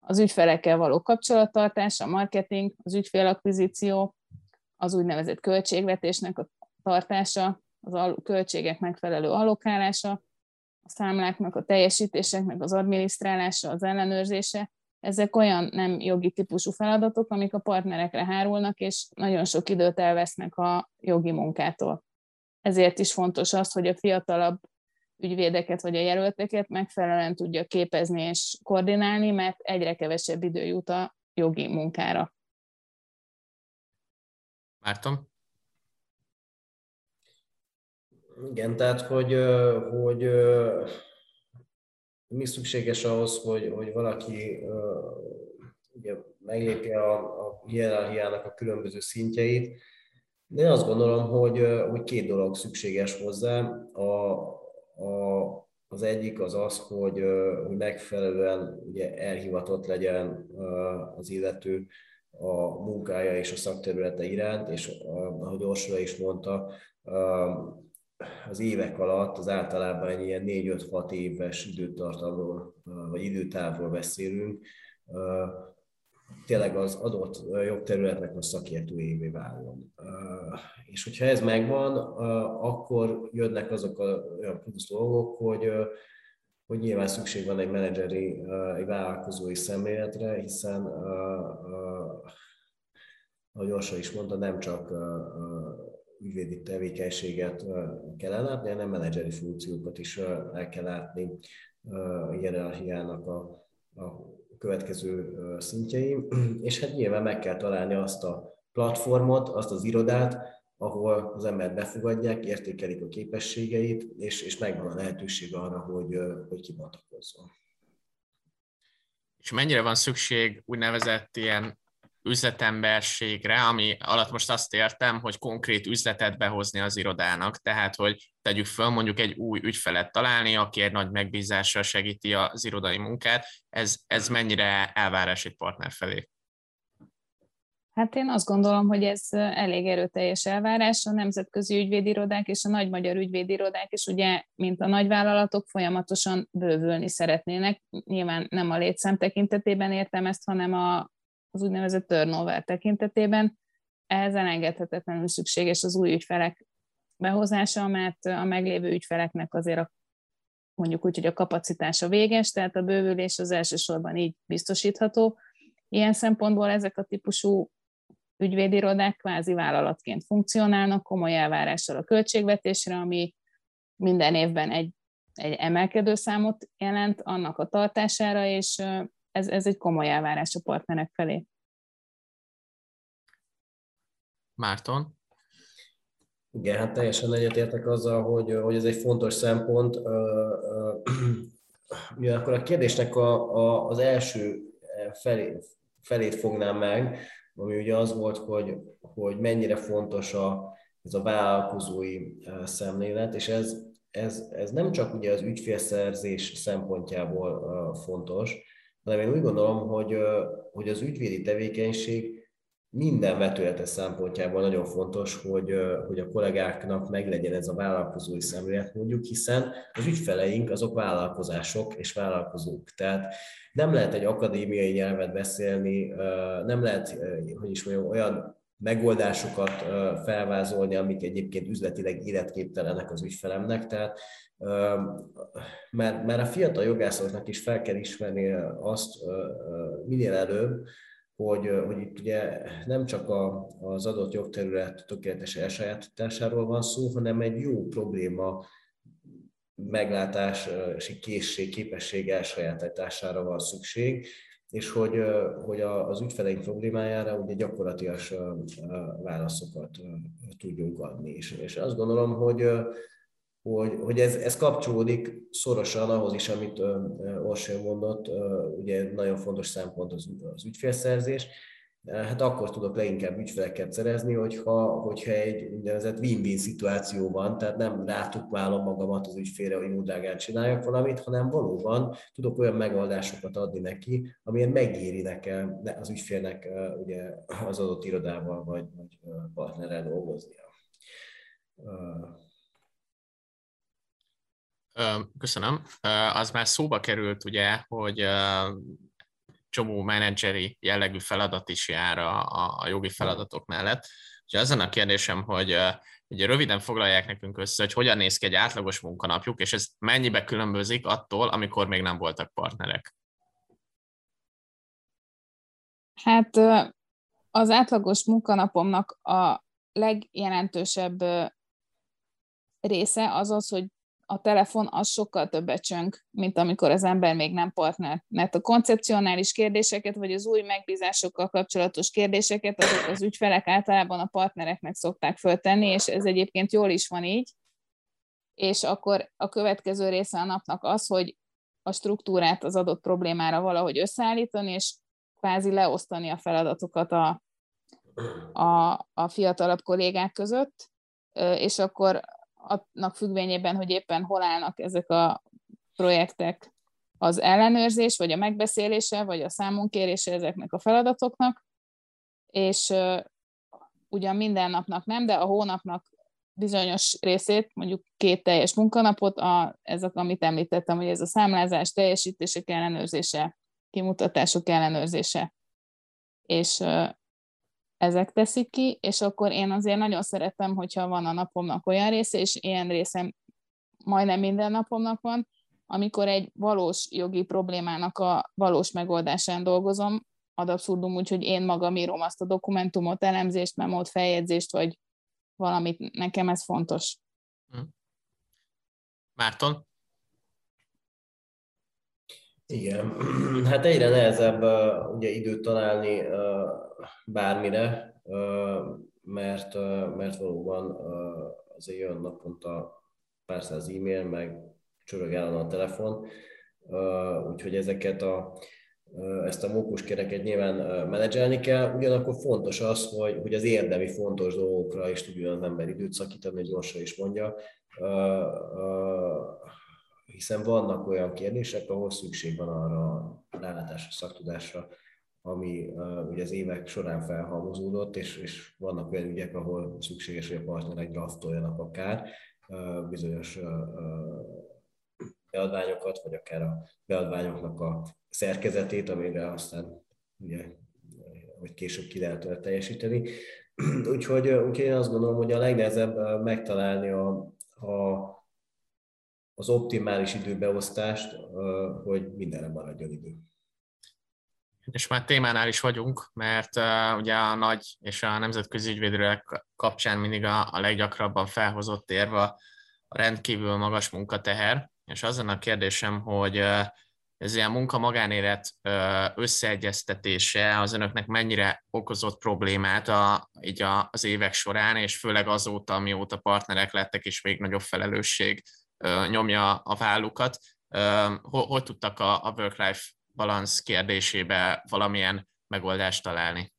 az ügyfelekkel való kapcsolattartás, a marketing, az ügyfélakvizíció, az úgynevezett költségvetésnek a tartása, az költségek megfelelő allokálása, a számláknak, a teljesítéseknek az adminisztrálása, az ellenőrzése. Ezek olyan nem jogi típusú feladatok, amik a partnerekre hárulnak, és nagyon sok időt elvesznek a jogi munkától. Ezért is fontos az, hogy a fiatalabb ügyvédeket vagy a jelölteket megfelelően tudja képezni és koordinálni, mert egyre kevesebb idő jut a jogi munkára. Márton? Igen, tehát hogy, hogy mi szükséges ahhoz, hogy, hogy valaki ugye, meglépje a, a hierarchiának a különböző szintjeit. De én azt gondolom, hogy, hogy két dolog szükséges hozzá. A, a, az egyik az az, hogy, hogy megfelelően ugye, elhivatott legyen az illető a munkája és a szakterülete iránt, és ahogy Orsolya is mondta, az évek alatt az általában egy ilyen négy-öt-hat éves időtartamról, vagy időtávról beszélünk, tényleg az adott jogterületnek a szakértőjévé váljon. És hogyha ez megvan, akkor jönnek azok a olyan plusz dolgok, hogy, hogy nyilván szükség van egy menedzseri, egy vállalkozói szemléletre, hiszen, ahogy Orsa is mondta, nem csak ügyvédi tevékenységet kell ellátni, hanem menedzseri funkciókat is el kell látni a hierarchiának a, a következő szintjeim, és hát nyilván meg kell találni azt a platformot, azt az irodát, ahol az embert befogadják, értékelik a képességeit, és, és megvan a lehetőség arra, hogy, hogy kibontakozzon. És mennyire van szükség úgynevezett ilyen üzletemberségre, ami alatt most azt értem, hogy konkrét üzletet behozni az irodának, tehát hogy tegyük föl mondjuk egy új ügyfelet találni, aki egy nagy megbízással segíti az irodai munkát, ez, ez mennyire elvárás egy partner felé? Hát én azt gondolom, hogy ez elég erőteljes elvárás. A nemzetközi ügyvédirodák és a nagy magyar ügyvédirodák is ugye, mint a nagyvállalatok, folyamatosan bővülni szeretnének. Nyilván nem a létszám tekintetében értem ezt, hanem a az úgynevezett turnover tekintetében. Ehhez elengedhetetlenül szükséges az új ügyfelek behozása, mert a meglévő ügyfeleknek azért a, mondjuk úgy, hogy a kapacitása véges, tehát a bővülés az elsősorban így biztosítható. Ilyen szempontból ezek a típusú ügyvédirodák kvázi vállalatként funkcionálnak, komoly elvárással a költségvetésre, ami minden évben egy, egy emelkedő számot jelent annak a tartására, és Ez, ez egy komoly elvárás a partnerek felé. Márton? Igen, hát teljesen egyetértek azzal, hogy, hogy ez egy fontos szempont. Ugyanakkor a kérdésnek a, a, az első felé, felét fognám meg, ami ugye az volt, hogy, hogy mennyire fontos a, ez a vállalkozói szemlélet, és ez, ez, ez nem csak ugye az ügyfélszerzés szempontjából fontos, hanem én úgy gondolom, hogy, hogy az ügyvédi tevékenység minden vetülete szempontjából nagyon fontos, hogy, hogy a kollégáknak meglegyen ez a vállalkozói szemlélet, mondjuk, hiszen az ügyfeleink azok vállalkozások és vállalkozók. Tehát nem lehet egy akadémiai nyelvet beszélni, nem lehet, hogy is mondjam, olyan megoldásokat felvázolni, amik egyébként üzletileg életképtelenek az ügyfelemnek. Tehát már a fiatal jogászoknak is fel kell ismerni azt minél előbb, hogy, hogy itt ugye nem csak a, az adott jogterület tökéletes elsajátításáról van szó, hanem egy jó probléma meglátási készség, képesség elsajátítására van szükség, és hogy, hogy az ügyfeleink problémájára ugye gyakorlatilag válaszokat tudjunk adni. És, és azt gondolom, hogy hogy, hogy ez, ez kapcsolódik szorosan ahhoz is, amit Orsolya mondott, ugye nagyon fontos szempont az, az ügyfélszerzés. Hát akkor tudok leginkább ügyfeleket szerezni, hogyha, hogyha egy úgynevezett win-win szituáció van, tehát nem rátukmálom magamat az ügyfélre, hogy jó drágán csináljak valamit, hanem valóban tudok olyan megoldásokat adni neki, amilyen megéri nekem az ügyfélnek ugye, az adott irodával vagy, vagy partnerrel dolgoznia. Köszönöm. Az már szóba került, ugye, hogy csomó menedzseri jellegű feladat is jár a, a, a jogi feladatok mellett. Úgyhogy azon a kérdésem, hogy ugye röviden foglalják nekünk össze, hogy hogyan néz ki egy átlagos munkanapjuk, és ez mennyibe különbözik attól, amikor még nem voltak partnerek? Hát az átlagos munkanapomnak a legjelentősebb része az az, hogy a telefon az sokkal többet csöng, mint amikor az ember még nem partner. Mert a koncepcionális kérdéseket, vagy az új megbízásokkal kapcsolatos kérdéseket azok az ügyfelek általában a partnereknek szokták föltenni, és ez egyébként jól is van így. És akkor a következő része a napnak az, hogy a struktúrát az adott problémára valahogy összeállítani, és kvázi leosztani a feladatokat a, a, a fiatalabb kollégák között, és akkor annak függvényében, hogy éppen hol állnak ezek a projektek, az ellenőrzés, vagy a megbeszélése, vagy a számonkérése ezeknek a feladatoknak, és uh, ugyan minden napnak nem, de a hónapnak bizonyos részét, mondjuk két teljes munkanapot, a, ezek, amit említettem, hogy ez a számlázás, teljesítések ellenőrzése, kimutatások ellenőrzése, és uh, ezek teszik ki, és akkor én azért nagyon szeretem, hogyha van a napomnak olyan része, és ilyen részem majdnem minden napomnak van, amikor egy valós jogi problémának a valós megoldásán dolgozom, ad abszurdum úgy, hogy én magam írom azt a dokumentumot, elemzést, memót, feljegyzést, vagy valamit, nekem ez fontos. Márton? Igen, hát egyre nehezebb uh, ugye időt találni uh, bármire, uh, mert, uh, mert valóban uh, azért jön naponta pár száz e-mail, meg csörög állandóan a telefon, uh, úgyhogy ezeket a, uh, ezt a mókuskereket nyilván uh, menedzselni kell, ugyanakkor fontos az, hogy, hogy az érdemi fontos dolgokra is tudjon az ember időt szakítani, hogy gyorsan is mondja, uh, uh, hiszen vannak olyan kérdések, ahol szükség van arra a rálátásra, szaktudásra, ami uh, ugye az évek során felhalmozódott, és, és vannak olyan ügyek, ahol szükséges, hogy a partnerek draftoljanak akár uh, bizonyos uh, beadványokat, vagy akár a beadványoknak a szerkezetét, amire aztán ugye, hogy később ki lehet teljesíteni. úgyhogy, úgyhogy én azt gondolom, hogy a legnehezebb megtalálni a, a az optimális időbeosztást, hogy mindenre maradjon idő. És már témánál is vagyunk, mert uh, ugye a nagy és a nemzetközi ügyvédőrök kapcsán mindig a, a leggyakrabban felhozott érv a rendkívül magas munkateher, és azon a kérdésem, hogy uh, ez ilyen munka-magánélet uh, összeegyeztetése az önöknek mennyire okozott problémát a, így a, az évek során, és főleg azóta, amióta partnerek lettek, és még nagyobb felelősség nyomja a vállukat. Hogy, hogy tudtak a, a work-life balance kérdésébe valamilyen megoldást találni?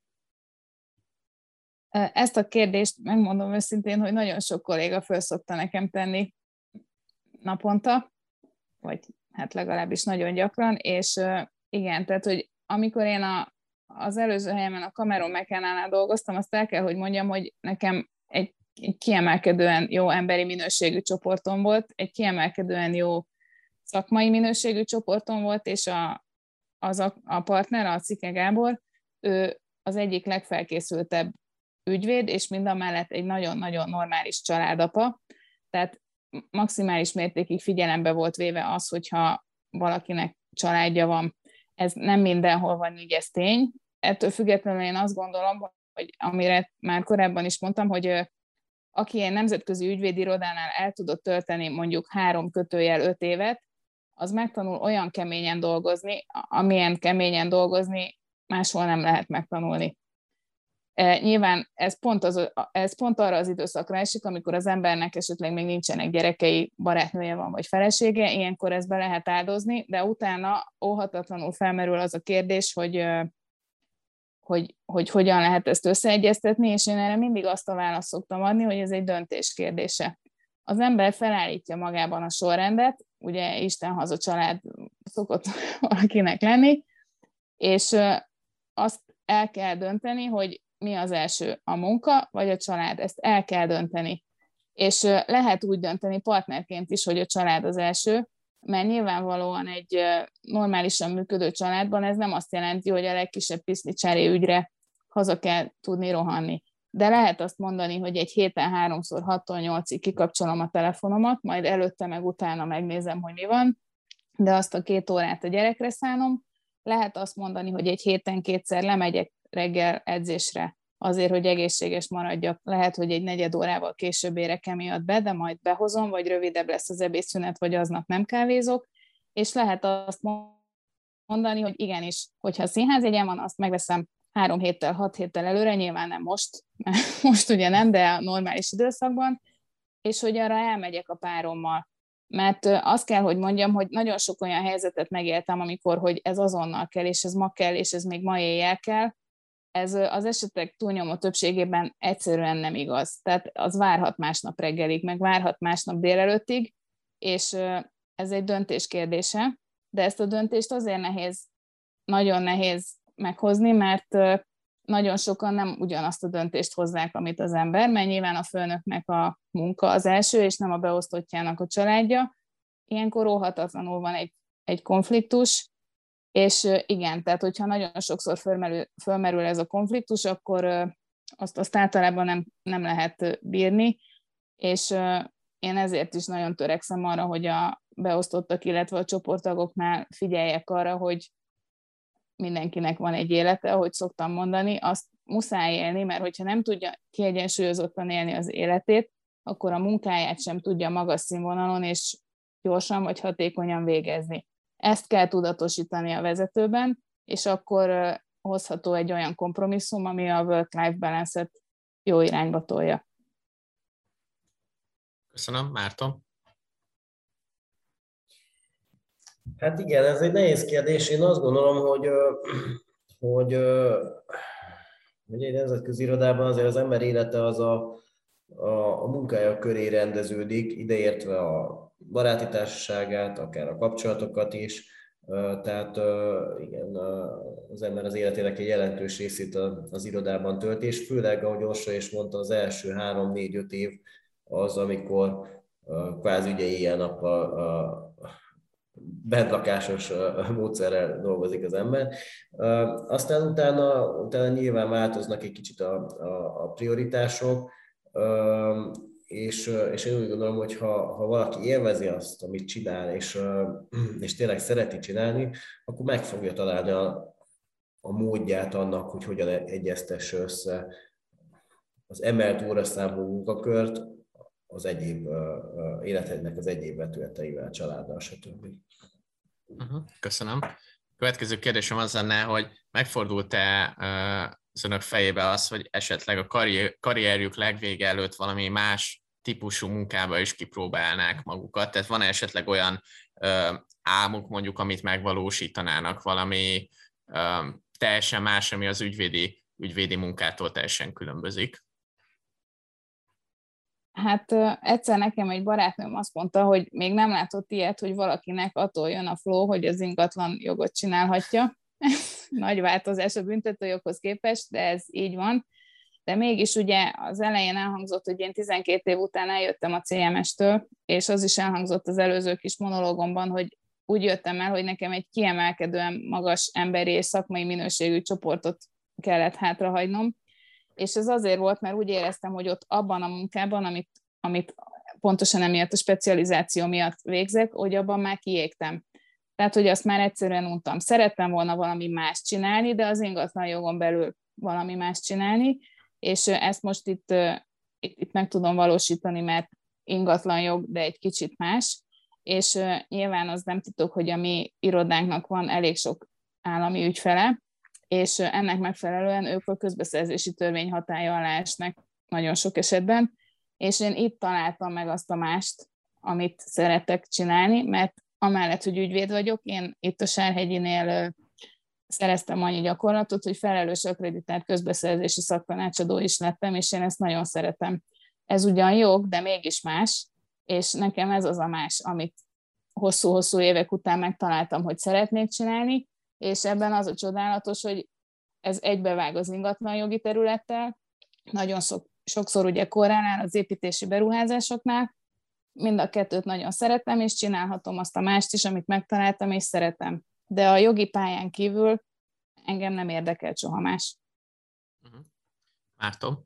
Ezt a kérdést megmondom őszintén, hogy nagyon sok kolléga föl szokta nekem tenni naponta, vagy hát legalábbis nagyon gyakran, és igen, tehát, hogy amikor én a, az előző helyemen a Cameron McKenna-nál dolgoztam, azt el kell, hogy mondjam, hogy nekem egy egy kiemelkedően jó emberi minőségű csoportom volt, egy kiemelkedően jó szakmai minőségű csoportom volt, és a, az a, a partner, a Cike Gábor, ő az egyik legfelkészültebb ügyvéd, és mindamellett egy nagyon-nagyon normális családapa, tehát maximális mértékig figyelembe volt véve az, hogyha valakinek családja van. Ez nem mindenhol van így, ez tény. Ettől függetlenül én azt gondolom, hogy amire már korábban is mondtam, hogy aki ilyen nemzetközi ügyvédirodánál el tudott tölteni mondjuk három kötőjel öt évet, az megtanul olyan keményen dolgozni, amilyen keményen dolgozni máshol nem lehet megtanulni. E, nyilván ez pont, az, ez pont arra az időszakra esik, amikor az embernek esetleg még nincsenek gyerekei, barátnője van, vagy felesége, ilyenkor ezt be lehet áldozni, de utána óhatatlanul felmerül az a kérdés, hogy Hogy, hogy hogyan lehet ezt összeegyeztetni, és én erre mindig azt a választ szoktam adni, hogy ez egy döntés kérdése. Az ember felállítja magában a sorrendet, ugye Isten haza család szokott valakinek lenni, és azt el kell dönteni, hogy mi az első, a munka vagy a család, ezt el kell dönteni. És lehet úgy dönteni partnerként is, hogy a család az első, mert nyilvánvalóan egy normálisan működő családban ez nem azt jelenti, hogy a legkisebb piszlicseré ügyre haza kell tudni rohanni. De lehet azt mondani, hogy egy héten háromszor hattól nyolcig kikapcsolom a telefonomat, majd előtte meg utána megnézem, hogy mi van, de azt a két órát a gyerekre szánom. Lehet azt mondani, hogy egy héten kétszer lemegyek reggel edzésre, azért, hogy egészséges maradjak. Lehet, hogy egy negyed órával később érek emiatt be, de majd behozom, vagy rövidebb lesz az ebédszünet, vagy aznap nem kávézok. És lehet azt mondani, hogy igenis, hogyha színházjegyem van, azt megveszem három héttel, hat héttel előre, nyilván nem most, mert most ugye nem, de a normális időszakban, és hogy arra elmegyek a párommal. Mert azt kell, hogy mondjam, hogy nagyon sok olyan helyzetet megéltem, amikor, hogy ez azonnal kell, és ez ma kell, és ez még ma éjjel kell. Ez az esetek túlnyomó többségében egyszerűen nem igaz. Tehát az várhat másnap reggelig, meg várhat másnap délelőttig, és ez egy döntés kérdése, de ezt a döntést azért nehéz, nagyon nehéz meghozni, mert nagyon sokan nem ugyanazt a döntést hozzák, amit az ember, mert nyilván a főnöknek a munka az első, és nem a beosztottjának a családja. Ilyenkor óhatatlanul van egy, egy konfliktus, és igen, tehát hogyha nagyon sokszor fölmerül, fölmerül ez a konfliktus, akkor azt, azt általában nem, nem lehet bírni, és én ezért is nagyon törekszem arra, hogy a beosztottak, illetve a csoporttagoknál figyeljek arra, hogy mindenkinek van egy élete, ahogy szoktam mondani, azt muszáj élni, mert hogyha nem tudja kiegyensúlyozottan élni az életét, akkor a munkáját sem tudja magas színvonalon és gyorsan vagy hatékonyan végezni. Ezt kell tudatosítani a vezetőben, és akkor hozható egy olyan kompromisszum, ami a work-life balance-et jó irányba tolja. Köszönöm, Márton. Hát igen, ez egy nehéz kérdés. Én azt gondolom, hogy, hogy, hogy egy nemzetközi irodában azért az ember élete az a, a, a munkája köré rendeződik, ideértve a baráti társaságát, akár a kapcsolatokat is. Tehát igen, az ember az életének egy jelentős részét az irodában tölti, és főleg, ahogy Orsolya is mondta, az első három-négy-öt év az, amikor kvázi ugye ilyen-nappal a bentlakásos módszerrel dolgozik az ember. Aztán utána, utána nyilván változnak egy kicsit a, a, a prioritások, és, és én úgy gondolom, hogy ha, ha valaki élvezi azt, amit csinál, és, és tényleg szereti csinálni, akkor meg fogja találni a, a módját annak, hogy hogyan egyeztesse össze az emelt óraszámú munkakört az egyéb uh, életednek az egyéb vetületeivel, családdal, stb. Uh-huh, köszönöm. A következő kérdésem az lenne, hogy megfordult-e uh, az önök fejébe az, hogy esetleg a karrier, karrierjük legvége előtt valami más típusú munkába is kipróbálnák magukat? Tehát van-e esetleg olyan uh, álmuk mondjuk, amit megvalósítanának, valami uh, teljesen más, ami az ügyvédi, ügyvédi munkától teljesen különbözik? Hát egyszer nekem egy barátnőm azt mondta, hogy még nem látott ilyet, hogy valakinek attól jön a flow, hogy az ingatlan jogot csinálhatja. Nagy változás a büntetőjoghoz képest, de ez így van. De mégis ugye az elején elhangzott, hogy én tizenkét év után eljöttem a cé em es-től, és az is elhangzott az előző kis monológomban, hogy úgy jöttem el, hogy nekem egy kiemelkedően magas emberi és szakmai minőségű csoportot kellett hátrahagynom, és ez azért volt, mert úgy éreztem, hogy ott abban a munkában, amit, amit pontosan emiatt a specializáció miatt végzek, hogy abban már kiégtem. Tehát, hogy azt már egyszerűen untam. Szerettem volna valami más csinálni, de az ingatlan jogon belül valami más csinálni, és ezt most itt, itt, itt meg tudom valósítani, mert ingatlan jog, de egy kicsit más, és nyilván az nem titok, hogy a mi irodánknak van elég sok állami ügyfele, és ennek megfelelően ők a közbeszerzési törvény hatálya alá esnek nagyon sok esetben, és én itt találtam meg azt a mást, amit szeretek csinálni, mert amellett, hogy ügyvéd vagyok, én itt a Sárhegyinél szereztem annyi gyakorlatot, hogy felelős akkreditált közbeszerzési szaktanácsadó is lettem, és én ezt nagyon szeretem. Ez ugyan jog, de mégis más, és nekem ez az a más, amit hosszú-hosszú évek után megtaláltam, hogy szeretnék csinálni, és ebben az a csodálatos, hogy ez egybevág az ingatlanjogi területtel, nagyon sok, sokszor ugye korrelál az építési beruházásoknál, mind a kettőt nagyon szeretem, és csinálhatom azt a mást is, amit megtaláltam, és szeretem. De a jogi pályán kívül engem nem érdekel soha más. Uh-huh. Márton?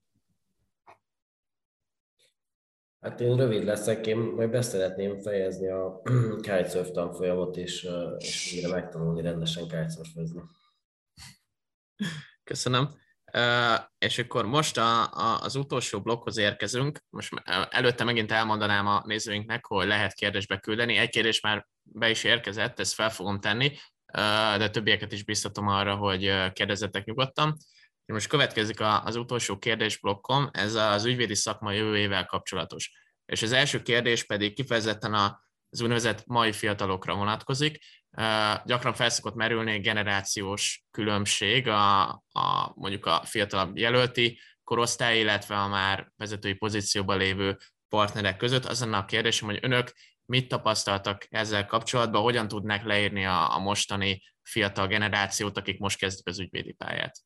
Hát én rövid leszek, én majd be szeretném fejezni a kitesurf tanfolyamot, és, és újra megtanulni rendesen kitesurfözni. Köszönöm. Uh, és akkor most a, a, az utolsó blokkhoz érkezünk. Most előtte megint elmondanám a nézőinknek, hogy lehet kérdésbe küldeni. Egy kérdés már be is érkezett, ezt fel fogom tenni, uh, de többieket is biztatom arra, hogy kérdezzetek nyugodtan. Most következik az utolsó kérdésblokkom, ez az ügyvédi szakma jövőjével kapcsolatos. És az első kérdés pedig kifejezetten az úgynevezett mai fiatalokra vonatkozik. Gyakran felszokott merülni egy generációs különbség a, a mondjuk a fiatalabb jelölti korosztály, illetve a már vezetői pozícióban lévő partnerek között. Az lenne a kérdésem, hogy önök mit tapasztaltak ezzel kapcsolatban, hogyan tudnák leírni a, a mostani fiatal generációt, akik most kezdik az ügyvédi pályát?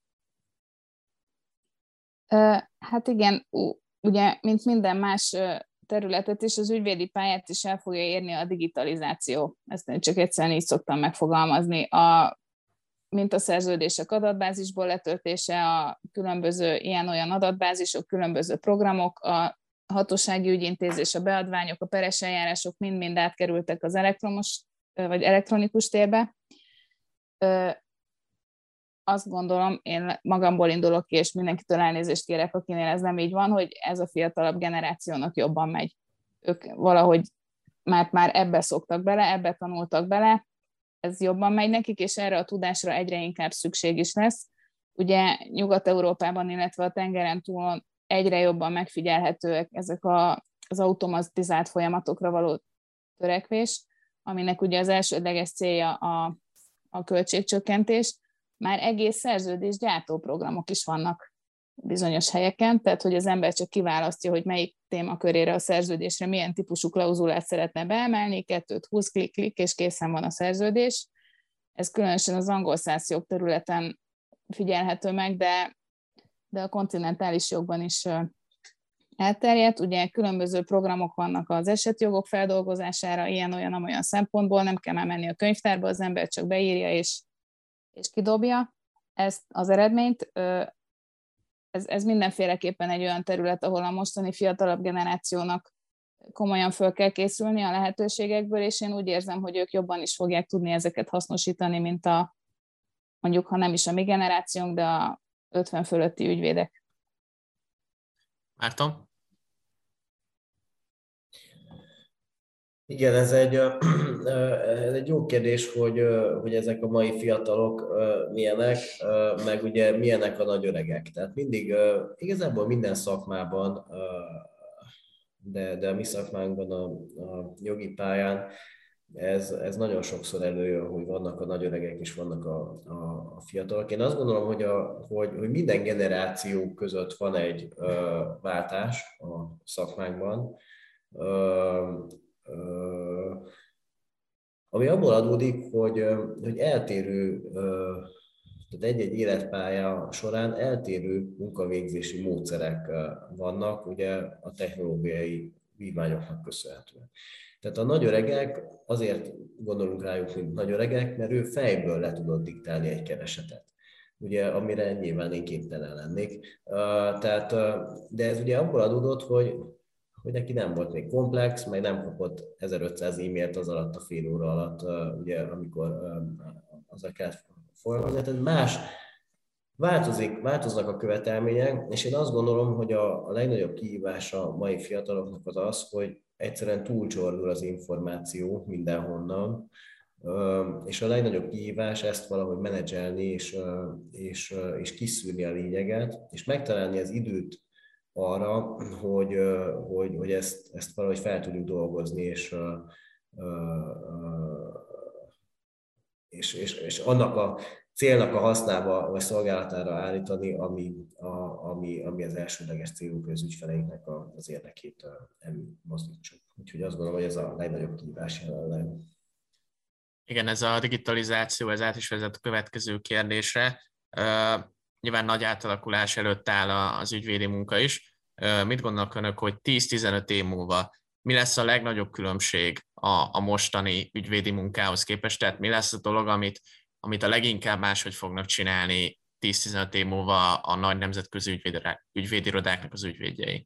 Hát igen, ugye, mint minden más területet is, az ügyvédi pályát is el fogja érni a digitalizáció. Ezt csak egyszerűen így szoktam megfogalmazni. A mintaszerződések adatbázisból letöltése, a különböző ilyen-olyan adatbázisok, különböző programok, a hatósági ügyintézés, a beadványok, a peres eljárások mind-mind átkerültek az elektromos vagy elektronikus térbe. Azt gondolom, én magamból indulok ki, és mindenkitől elnézést kérek, akinél ez nem így van, hogy ez a fiatalabb generációnak jobban megy. Ők valahogy már, már ebbe szoktak bele, ebbe tanultak bele, ez jobban megy nekik, és erre a tudásra egyre inkább szükség is lesz. Ugye Nyugat-Európában, illetve a tengeren túlon egyre jobban megfigyelhetőek ezek a, az automatizált folyamatokra való törekvés, aminek ugye az elsődleges célja a, a költségcsökkentés. Már egész szerződésgyártó programok is vannak bizonyos helyeken, tehát hogy az ember csak kiválasztja, hogy melyik témakörére a szerződésre milyen típusú klauzulát szeretne beemelni, kettőt húsz, klik, klik, és készen van a szerződés. Ez különösen az angol száz jog területen figyelhető meg, de, de a kontinentális jogban is elterjedt. Ugye különböző programok vannak az esetjogok feldolgozására, ilyen-olyan-olyan szempontból, nem kell már menni a könyvtárba, az ember csak beírja és és kidobja ezt az eredményt. Ez, ez mindenféleképpen egy olyan terület, ahol a mostani fiatalabb generációnak komolyan föl kell készülni a lehetőségekből, és én úgy érzem, hogy ők jobban is fogják tudni ezeket hasznosítani, mint a, mondjuk, ha nem is a mi generációnk, de a ötven fölötti ügyvédek. Márton? Igen, ez egy, ez egy jó kérdés, hogy, hogy ezek a mai fiatalok milyenek, meg ugye milyenek a nagyöregek. Tehát mindig, igazából minden szakmában, de, de a mi szakmánkban, a, a jogi pályán, ez, ez nagyon sokszor előjön, hogy vannak a nagyöregek és vannak a, a, a fiatalok. Én azt gondolom, hogy, a, hogy, hogy minden generáció között van egy váltás a szakmánkban, ami abból adódik, hogy, hogy eltérő, tehát egy-egy életpálya során eltérő munkavégzési módszerek vannak, ugye a technológiai vívmányoknak köszönhetően. Tehát a nagyöregek, azért gondolunk rájuk, mint nagyöregek, mert ő fejből le tudott diktálni egy keresetet, ugye, amire nyilván én képtelen lennék. Tehát, de ez ugye abból adódott, hogy hogy neki nem volt még komplex, meg nem kapott ezerötszáz e-mailt az alatt a fél óra alatt, ugye, amikor azzal kellett foglalkozni. Tehát más, változik, változnak a követelmények, és én azt gondolom, hogy a, a legnagyobb kihívás a mai fiataloknak az az, hogy egyszerűen túlcsordul az információ mindenhonnan, és a legnagyobb kihívás ezt valahogy menedzselni, és, és, és kiszűrni a lényeget, és megtalálni az időt arra, hogy, hogy, hogy ezt, ezt valahogy fel tudjuk dolgozni, és, és, és, és annak a célnak a hasznába vagy szolgálatára állítani, ami, a, ami, ami az elsődleges célunk, hogy az ügyfeleinknek az érdekét előmozdítsuk. Úgyhogy azt gondolom, hogy ez a legnagyobb kihívás jelenleg. Igen, ez a digitalizáció, ez át is vezet a következő kérdésre. Uh, nyilván nagy átalakulás előtt áll az ügyvédi munka is. Uh, mit gondolnak önök, hogy tíz-tizenöt év múlva mi lesz a legnagyobb különbség a, a mostani ügyvédi munkához képest, tehát mi lesz a dolog, amit, amit a leginkább máshogy fognak csinálni tíz-tizenöt év múlva a nagy nemzetközi ügyvédirodáknak az ügyvédjei?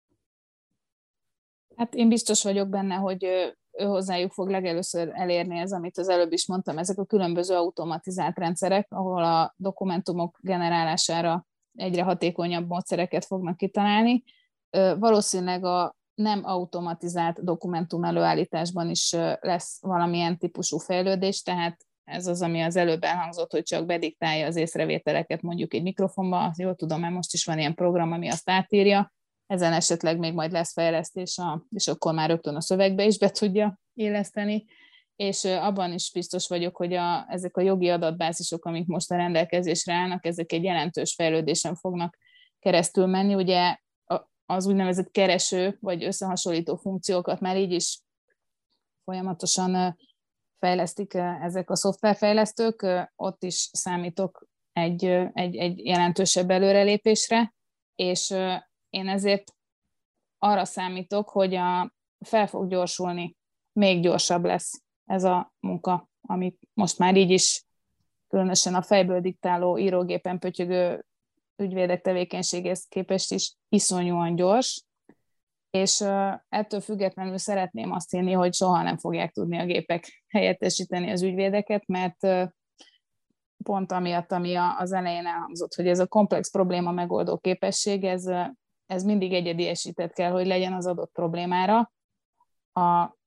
Hát én biztos vagyok benne, hogy ő hozzájuk fog legelőször elérni ez, amit az előbb is mondtam, ezek a különböző automatizált rendszerek, ahol a dokumentumok generálására egyre hatékonyabb módszereket fognak kitalálni. Valószínűleg a nem automatizált dokumentum előállításban is lesz valamilyen típusú fejlődés, tehát ez az, ami az előbb elhangzott, hogy csak bediktálja az észrevételeket mondjuk egy mikrofonba, jól tudom, mert most is van ilyen program, ami azt átírja, ezen esetleg még majd lesz fejlesztés, és akkor már rögtön a szövegbe is be tudja illeszteni, és abban is biztos vagyok, hogy a, ezek a jogi adatbázisok, amik most a rendelkezésre állnak, ezek egy jelentős fejlődésen fognak keresztül menni. Ugye az úgynevezett kereső vagy összehasonlító funkciókat már így is folyamatosan fejlesztik ezek a szoftverfejlesztők, ott is számítok egy, egy, egy jelentősebb előrelépésre, és én ezért arra számítok, hogy a, fel fog gyorsulni, még gyorsabb lesz ez a munka, amit most már így is, különösen a fejből diktáló, írógépen pötyögő ügyvédek tevékenységhez képest is iszonyúan gyors, és ettől függetlenül szeretném azt hinni, hogy soha nem fogják tudni a gépek helyettesíteni az ügyvédeket, mert pont amiatt, ami az elején elhangzott, hogy ez a komplex probléma megoldó képesség, ez, ez mindig egyediesített kell, hogy legyen az adott problémára. A,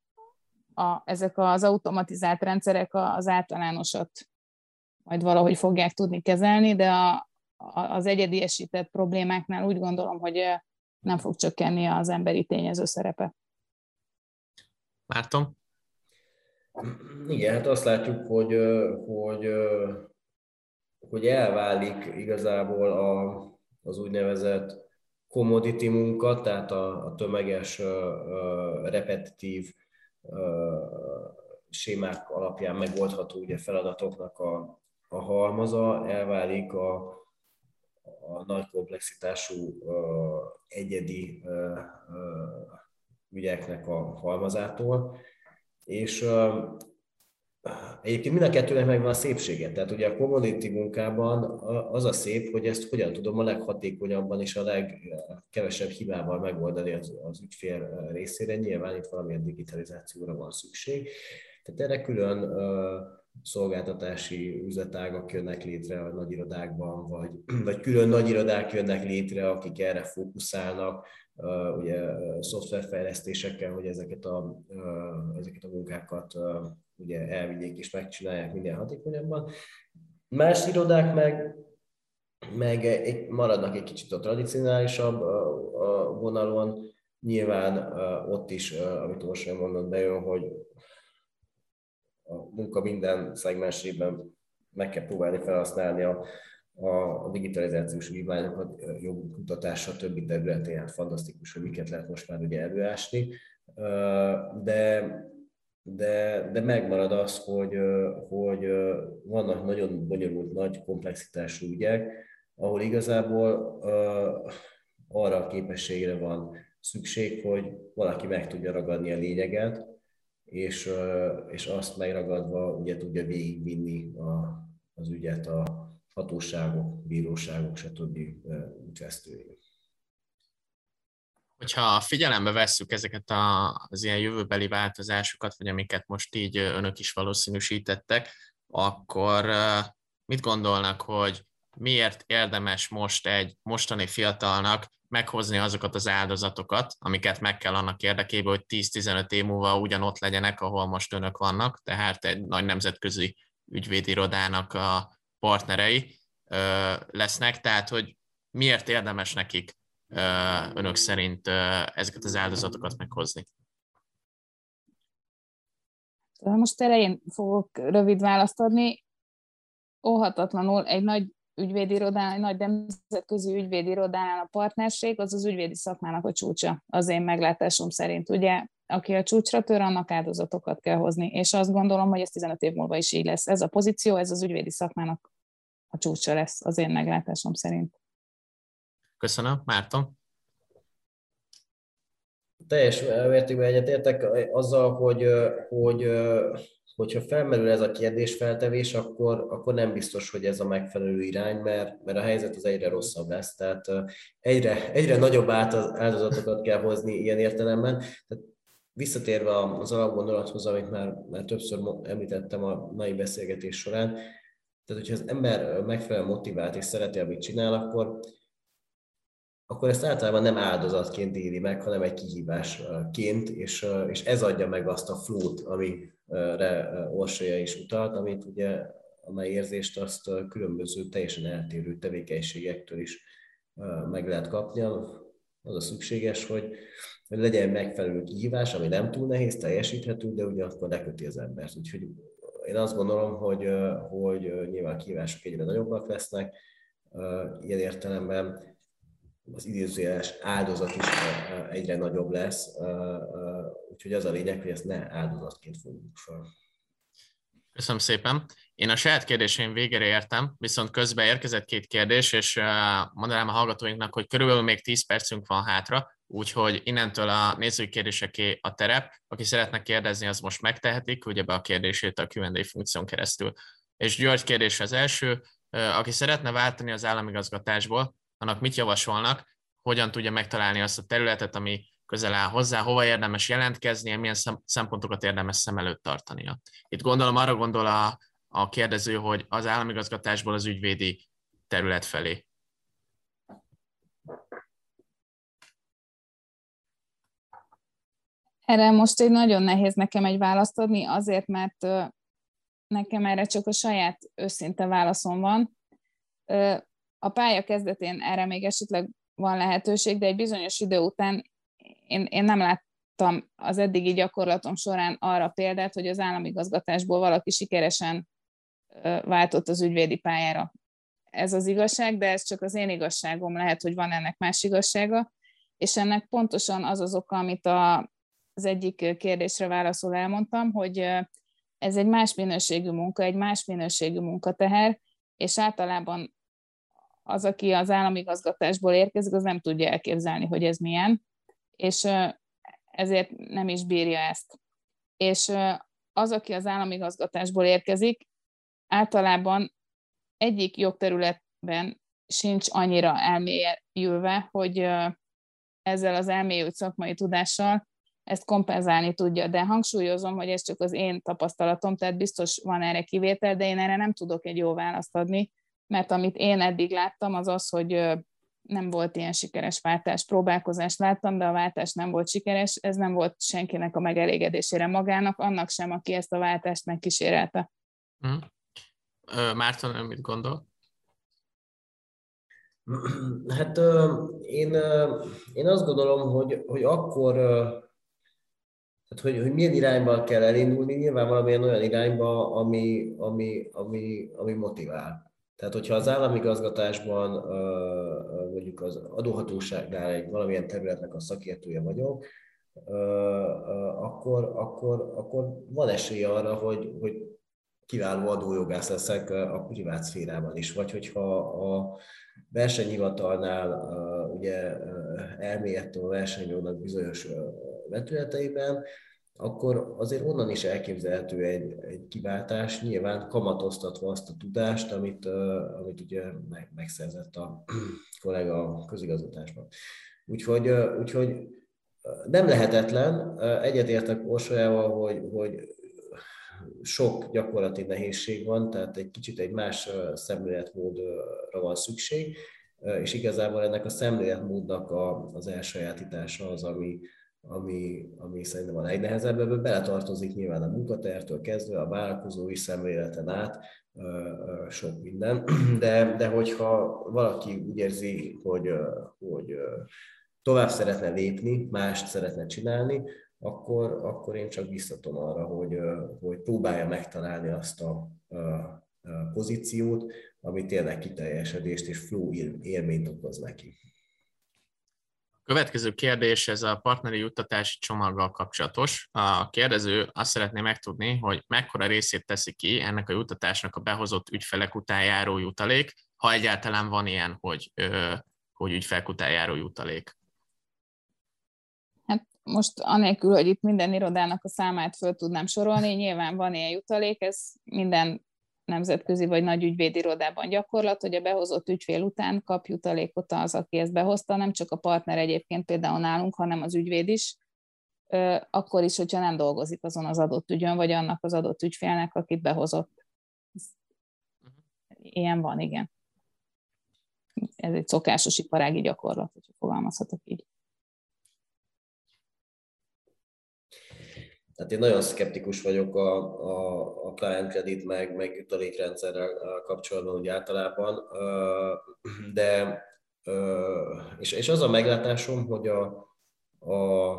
a, ezek az automatizált rendszerek az általánosat majd valahogy fogják tudni kezelni, de a, a, az egyediesített problémáknál úgy gondolom, hogy nem fog csökkenni az emberi tényező szerepe. Márton? Igen, hát azt látjuk, hogy, hogy, hogy elválik igazából a, az úgynevezett commodity munka, tehát a, a tömeges, repetitív sémák alapján megoldható ugye feladatoknak a, a halmaza, elválik a, a nagy komplexitású egyedi ügyeknek a halmazától, és egyébként mind a kettőnek megvan a szépsége. Tehát ugye a commodity munkában az a szép, hogy ezt hogyan tudom a leghatékonyabban és a legkevesebb hibával megoldani az, az ügyfél részére. Nyilván itt valamilyen digitalizációra van szükség. Tehát erre külön uh, szolgáltatási üzletágak jönnek létre a nagyirodákban, vagy, vagy külön nagyirodák jönnek létre, akik erre fókuszálnak, uh, ugye uh, szoftverfejlesztésekkel, hogy ezeket a, uh, ezeket a munkákat uh, ugye elvigyék és megcsinálják minél hatékonyabban. Más irodák meg, meg egy, maradnak egy kicsit a tradicionálisabb a vonalon. Nyilván ott is, amit most mondod, bejön, hogy a munka minden szegmensében meg kell próbálni felhasználni a, a digitalizációs vívmányokat, jogkutatás, többi területén, hát fantasztikus, hogy miket lehet most már ugye előásni. De De, de megmarad az, hogy, hogy vannak nagyon bonyolult, nagy komplexitású ügyek, ahol igazából arra a képességre van szükség, hogy valaki meg tudja ragadni a lényeget, és, és azt megragadva ugye tudja végigvinni a, az ügyet a hatóságok, bíróságok, stb. Ügyvesztői. Hogyha figyelembe vesszük ezeket az ilyen jövőbeli változásokat, vagy amiket most így önök is valószínűsítettek, akkor mit gondolnak, hogy miért érdemes most egy mostani fiatalnak meghozni azokat az áldozatokat, amiket meg kell annak érdekében, hogy tíz-tizenöt év múlva ugyanott legyenek, ahol most önök vannak, tehát egy nagy nemzetközi ügyvédirodának a partnerei lesznek, tehát hogy miért érdemes nekik önök szerint ezeket az áldozatokat meghozni? Most elején fogok rövid választ adni. Óhatatlanul egy nagy ügyvédirodán, egy nagy nemzetközi ügyvédirodánál a partnerség, az az ügyvédi szakmának a csúcsa, az én meglátásom szerint. Ugye, aki a csúcsra tör, annak áldozatokat kell hozni, és azt gondolom, hogy ez tizenöt év múlva is így lesz. Ez a pozíció, ez az ügyvédi szakmának a csúcsa lesz, az én meglátásom szerint. Köszönöm. Márton? teljes mértékben egyetértek azzal, hogy, hogy hogyha felmerül ez a kérdésfeltevés, akkor, akkor nem biztos, hogy ez a megfelelő irány, mert, mert a helyzet az egyre rosszabb lesz. Tehát egyre, egyre nagyobb áldozatokat kell hozni ilyen értelemben. Tehát visszatérve az alapgondolathoz, amit már, már többször említettem a mai beszélgetés során, tehát hogyha az ember megfelelően motivált és szereti, amit csinál, akkor, akkor ezt általában nem áldozatként éli meg, hanem egy kihívásként, és, és ez adja meg azt a flót, amire Orsolya is utalt, amit ugye, amely érzést azt különböző, teljesen eltérő tevékenységektől is meg lehet kapni. Az a szükséges, hogy, hogy legyen megfelelő kihívás, ami nem túl nehéz, teljesíthető, de ugyanakkor leköti az embert. Úgyhogy én azt gondolom, hogy, hogy nyilván a kihívások egyre nagyobbak lesznek, ilyen értelemben az idézőjeles áldozat is egyre nagyobb lesz, úgyhogy az a lényeg, hogy ezt ne áldozatként fogjuk fel. Köszönöm szépen. Én a saját kérdéseim végére értem, viszont közben érkezett két kérdés, és mondanám a hallgatóinknak, hogy körülbelül még tíz percünk van hátra, úgyhogy innentől a nézői kérdéseké a terep. Aki szeretne kérdezni, az most megtehetik, ugye be a kérdését a Q and A funkción keresztül. És György kérdés az első, aki szeretne váltani az államigazgatásból, annak mit javasolnak, hogyan tudja megtalálni azt a területet, ami közel áll hozzá, hova érdemes jelentkeznie, milyen szempontokat érdemes szem előtt tartania. Itt gondolom arra gondol a, a kérdező, hogy az államigazgatásból az ügyvédi terület felé. Erre most egy nagyon nehéz nekem egy választ adni, azért, mert nekem erre csak a saját őszinte válaszom van. A pálya kezdetén erre még esetleg van lehetőség, de egy bizonyos idő után én, én nem láttam az eddigi gyakorlatom során arra példát, hogy az államigazgatásból valaki sikeresen váltott az ügyvédi pályára. Ez az igazság, de ez csak az én igazságom, lehet, hogy van ennek más igazsága, és ennek pontosan az az oka, amit a, az egyik kérdésre válaszol elmondtam, hogy ez egy más minőségű munka, egy más minőségű munkateher, és általában az, aki az államigazgatásból érkezik, az nem tudja elképzelni, hogy ez milyen, és ezért nem is bírja ezt. És az, aki az államigazgatásból érkezik, általában egyik jogterületben sincs annyira elmélyülve, hogy ezzel az elmélyült szakmai tudással ezt kompenzálni tudja. De hangsúlyozom, hogy ez csak az én tapasztalatom, tehát biztos van erre kivétel, de én erre nem tudok egy jó választ adni, mert amit én eddig láttam, az az, hogy nem volt ilyen sikeres váltás. Próbálkozást láttam, de a váltás nem volt sikeres, ez nem volt senkinek a megelégedésére magának, annak sem, aki ezt a váltást megkísérelte. Hmm. Márton, ön mit gondol? Hát én, én azt gondolom, hogy, hogy akkor, hát hogy, hogy milyen irányba kell elindulni, nyilván valamilyen olyan irányba, ami, ami, ami, ami motivál. Tehát, hogyha az államigazgatásban, mondjuk az adóhatóságnál egy valamilyen területnek a szakértője vagyok, akkor, akkor, akkor van esély arra, hogy, hogy kiváló adójogász leszek a privát szférában is. Vagy hogyha a versenyhivatalnál ugye elmélyedtem a versenyjognak bizonyos vetületeiben, akkor azért onnan is elképzelhető egy, egy kiváltás, nyilván kamatoztatva azt a tudást, amit, amit ugye megszerzett a kollega a közigazgatásban. Úgyhogy, úgyhogy nem lehetetlen, egyetértek Orsolyával, hogy, hogy sok gyakorlati nehézség van, tehát egy kicsit egy más szemléletmódra van szükség, és igazából ennek a szemléletmódnak az elsajátítása az, ami, ami, ami szerintem a legnehezebb. Ebből beletartozik nyilván a munkatervtől kezdve, a vállalkozói szemléleten át, sok minden, de, de hogyha valaki úgy érzi, hogy, hogy tovább szeretne lépni, mást szeretne csinálni, akkor, akkor én csak biztatom arra, hogy, hogy próbálja megtalálni azt a, a pozíciót, ami tényleg kiteljesedést és flow élményt okoz neki. A következő kérdés, ez a partneri juttatási csomaggal kapcsolatos. A kérdező azt szeretné megtudni, hogy mekkora részét teszi ki ennek a juttatásnak a behozott ügyfelek után járó jutalék, ha egyáltalán van ilyen, hogy, hogy ügyfelek után járó jutalék. Hát most anélkül, hogy itt minden irodának a számát föl tudnám sorolni, nyilván van ilyen jutalék, ez minden nemzetközi vagy nagy ügyvédirodában gyakorlat, hogy a behozott ügyfél után kap jutalékot az, aki ezt behozta, nem csak a partner egyébként például nálunk, hanem az ügyvéd is, akkor is, hogyha nem dolgozik azon az adott ügyön, vagy annak az adott ügyfélnek, akit behozott. Ilyen van, igen. Ez egy szokásos iparági gyakorlat, hogyha fogalmazhatok így. Tehát én nagyon szkeptikus vagyok a, a, a client credit meg, meg jutalékrendszerrel kapcsolatban úgy általában, de és, és az a meglátásom, hogy a, a,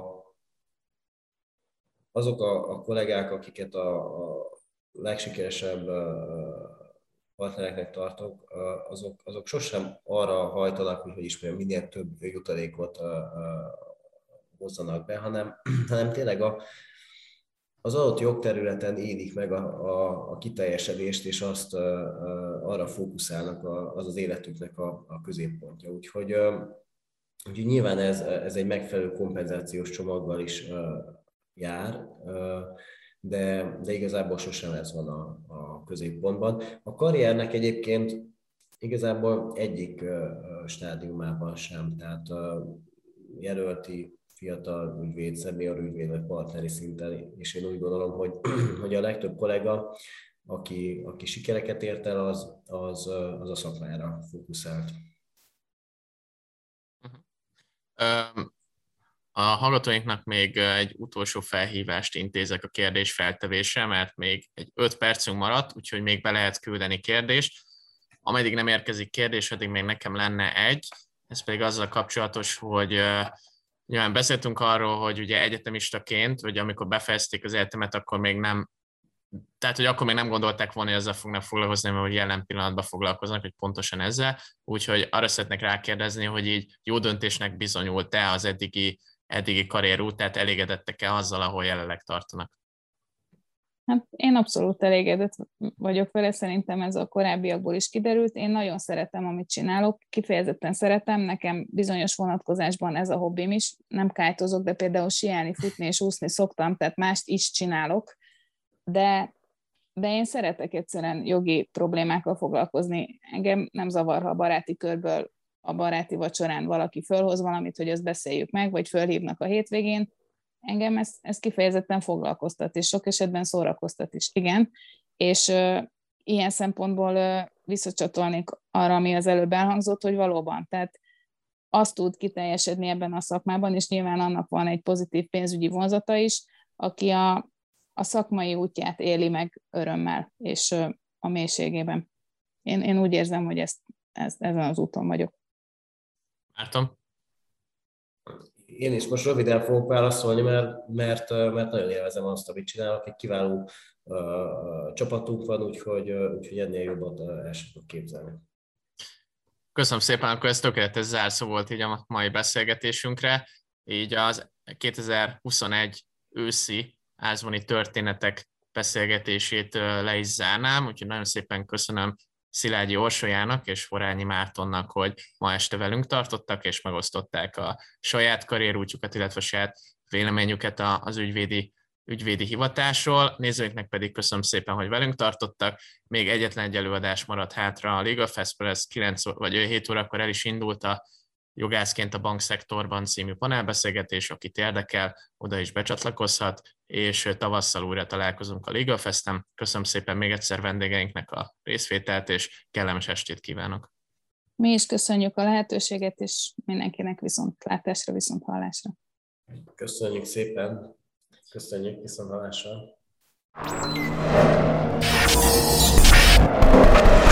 azok a, a kollégák, akiket a, a legsikeresebb partnereknek tartok, azok, azok sosem arra hajtanak, hogy, hogy ismerem, minél több jutalékot hozzanak be, hanem, hanem tényleg a, az adott jogterületen élik meg a, a, a kiteljesedést, és azt a, a, arra fókuszálnak a, az az életüknek a, a középpontja. Úgyhogy, úgyhogy nyilván ez, ez egy megfelelő kompenzációs csomaggal is jár, de, de igazából sosem ez van a, a középpontban. A karriernek egyébként igazából egyik stádiumában sem, tehát jelölti, fiatal ügyvéd, senior ügyvéd vagy partneri szinten, és én úgy gondolom, hogy, hogy a legtöbb kollega, aki, aki sikereket ért el, az, az, az a szakmára fókuszált. A hallgatóinknak még egy utolsó felhívást intézek a kérdés feltevésre, mert még egy öt percünk maradt, úgyhogy még be lehet küldeni kérdést. Ameddig nem érkezik kérdés, addig még nekem lenne egy, ez pedig azzal kapcsolatos, hogy nyilván beszéltünk arról, hogy ugye egyetemistaként, vagy amikor befejezték az egyetemet, akkor még nem, tehát hogy akkor még nem gondolták volna, hogy ezzel fognak foglalkozni, mert hogy jelen pillanatban foglalkoznak, hogy pontosan ezzel. Úgyhogy arra szeretnék rákérdezni, hogy így jó döntésnek bizonyult-e az eddigi, eddigi karrierút, tehát elégedettek-e azzal, ahol jelenleg tartanak? Hát én abszolút elégedett vagyok vele, szerintem ez a korábbiakból is kiderült. Én nagyon szeretem, amit csinálok, kifejezetten szeretem, nekem bizonyos vonatkozásban ez a hobbim is. Nem kájtozok, de például síelni, futni és úszni szoktam, tehát mást is csinálok, de, de én szeretek egyszerűen jogi problémákkal foglalkozni. Engem nem zavar, ha a baráti körből a baráti vacsorán valaki fölhoz valamit, hogy ezt beszéljük meg, vagy fölhívnak a hétvégén. Engem ez, ez kifejezetten foglalkoztat, és sok esetben szórakoztat is, igen. És uh, ilyen szempontból uh, visszacsatolnék arra, ami az előbb elhangzott, hogy valóban, tehát azt tud kiteljesedni ebben a szakmában, és nyilván annak van egy pozitív pénzügyi vonzata is, aki a, a szakmai útját éli meg örömmel, és uh, a mélységében. Én, én úgy érzem, hogy ezt, ezt, ezen az úton vagyok. Márton? Én is most röviden fogok válaszolni, mert, mert, mert nagyon élvezem azt, amit csinálok. Egy kiváló uh, csapatunk van, úgyhogy, uh, úgyhogy ennél jobbat uh, el sem tudok képzelni. Köszönöm szépen, akkor ez tökéletes zárszó volt így a mai beszélgetésünkre. Így az kétezer-huszonegy őszi ázvoni történetek beszélgetését le is zárnám, úgyhogy nagyon szépen köszönöm Szilágyi Orsolyának és Forrányi Mártonnak, hogy ma este velünk tartottak, és megosztották a saját karrierútjukat, illetve a saját véleményüket az ügyvédi, ügyvédi hivatásról. Nézőinknek pedig köszönöm szépen, hogy velünk tartottak. Még egyetlen egy előadás maradt hátra a Legal Fest, ez kilenc vagy hét órakor el is indult a Jogászként a bankszektorban című panelbeszélgetés, akit érdekel, oda is becsatlakozhat, és tavasszal újra találkozunk a Legal Festen. Köszönöm szépen még egyszer vendégeinknek a részvételt, és kellemes estét kívánok! Mi is köszönjük a lehetőséget, és mindenkinek viszontlátásra, viszonthallásra. Köszönjük szépen! Köszönjük, viszonthallásra!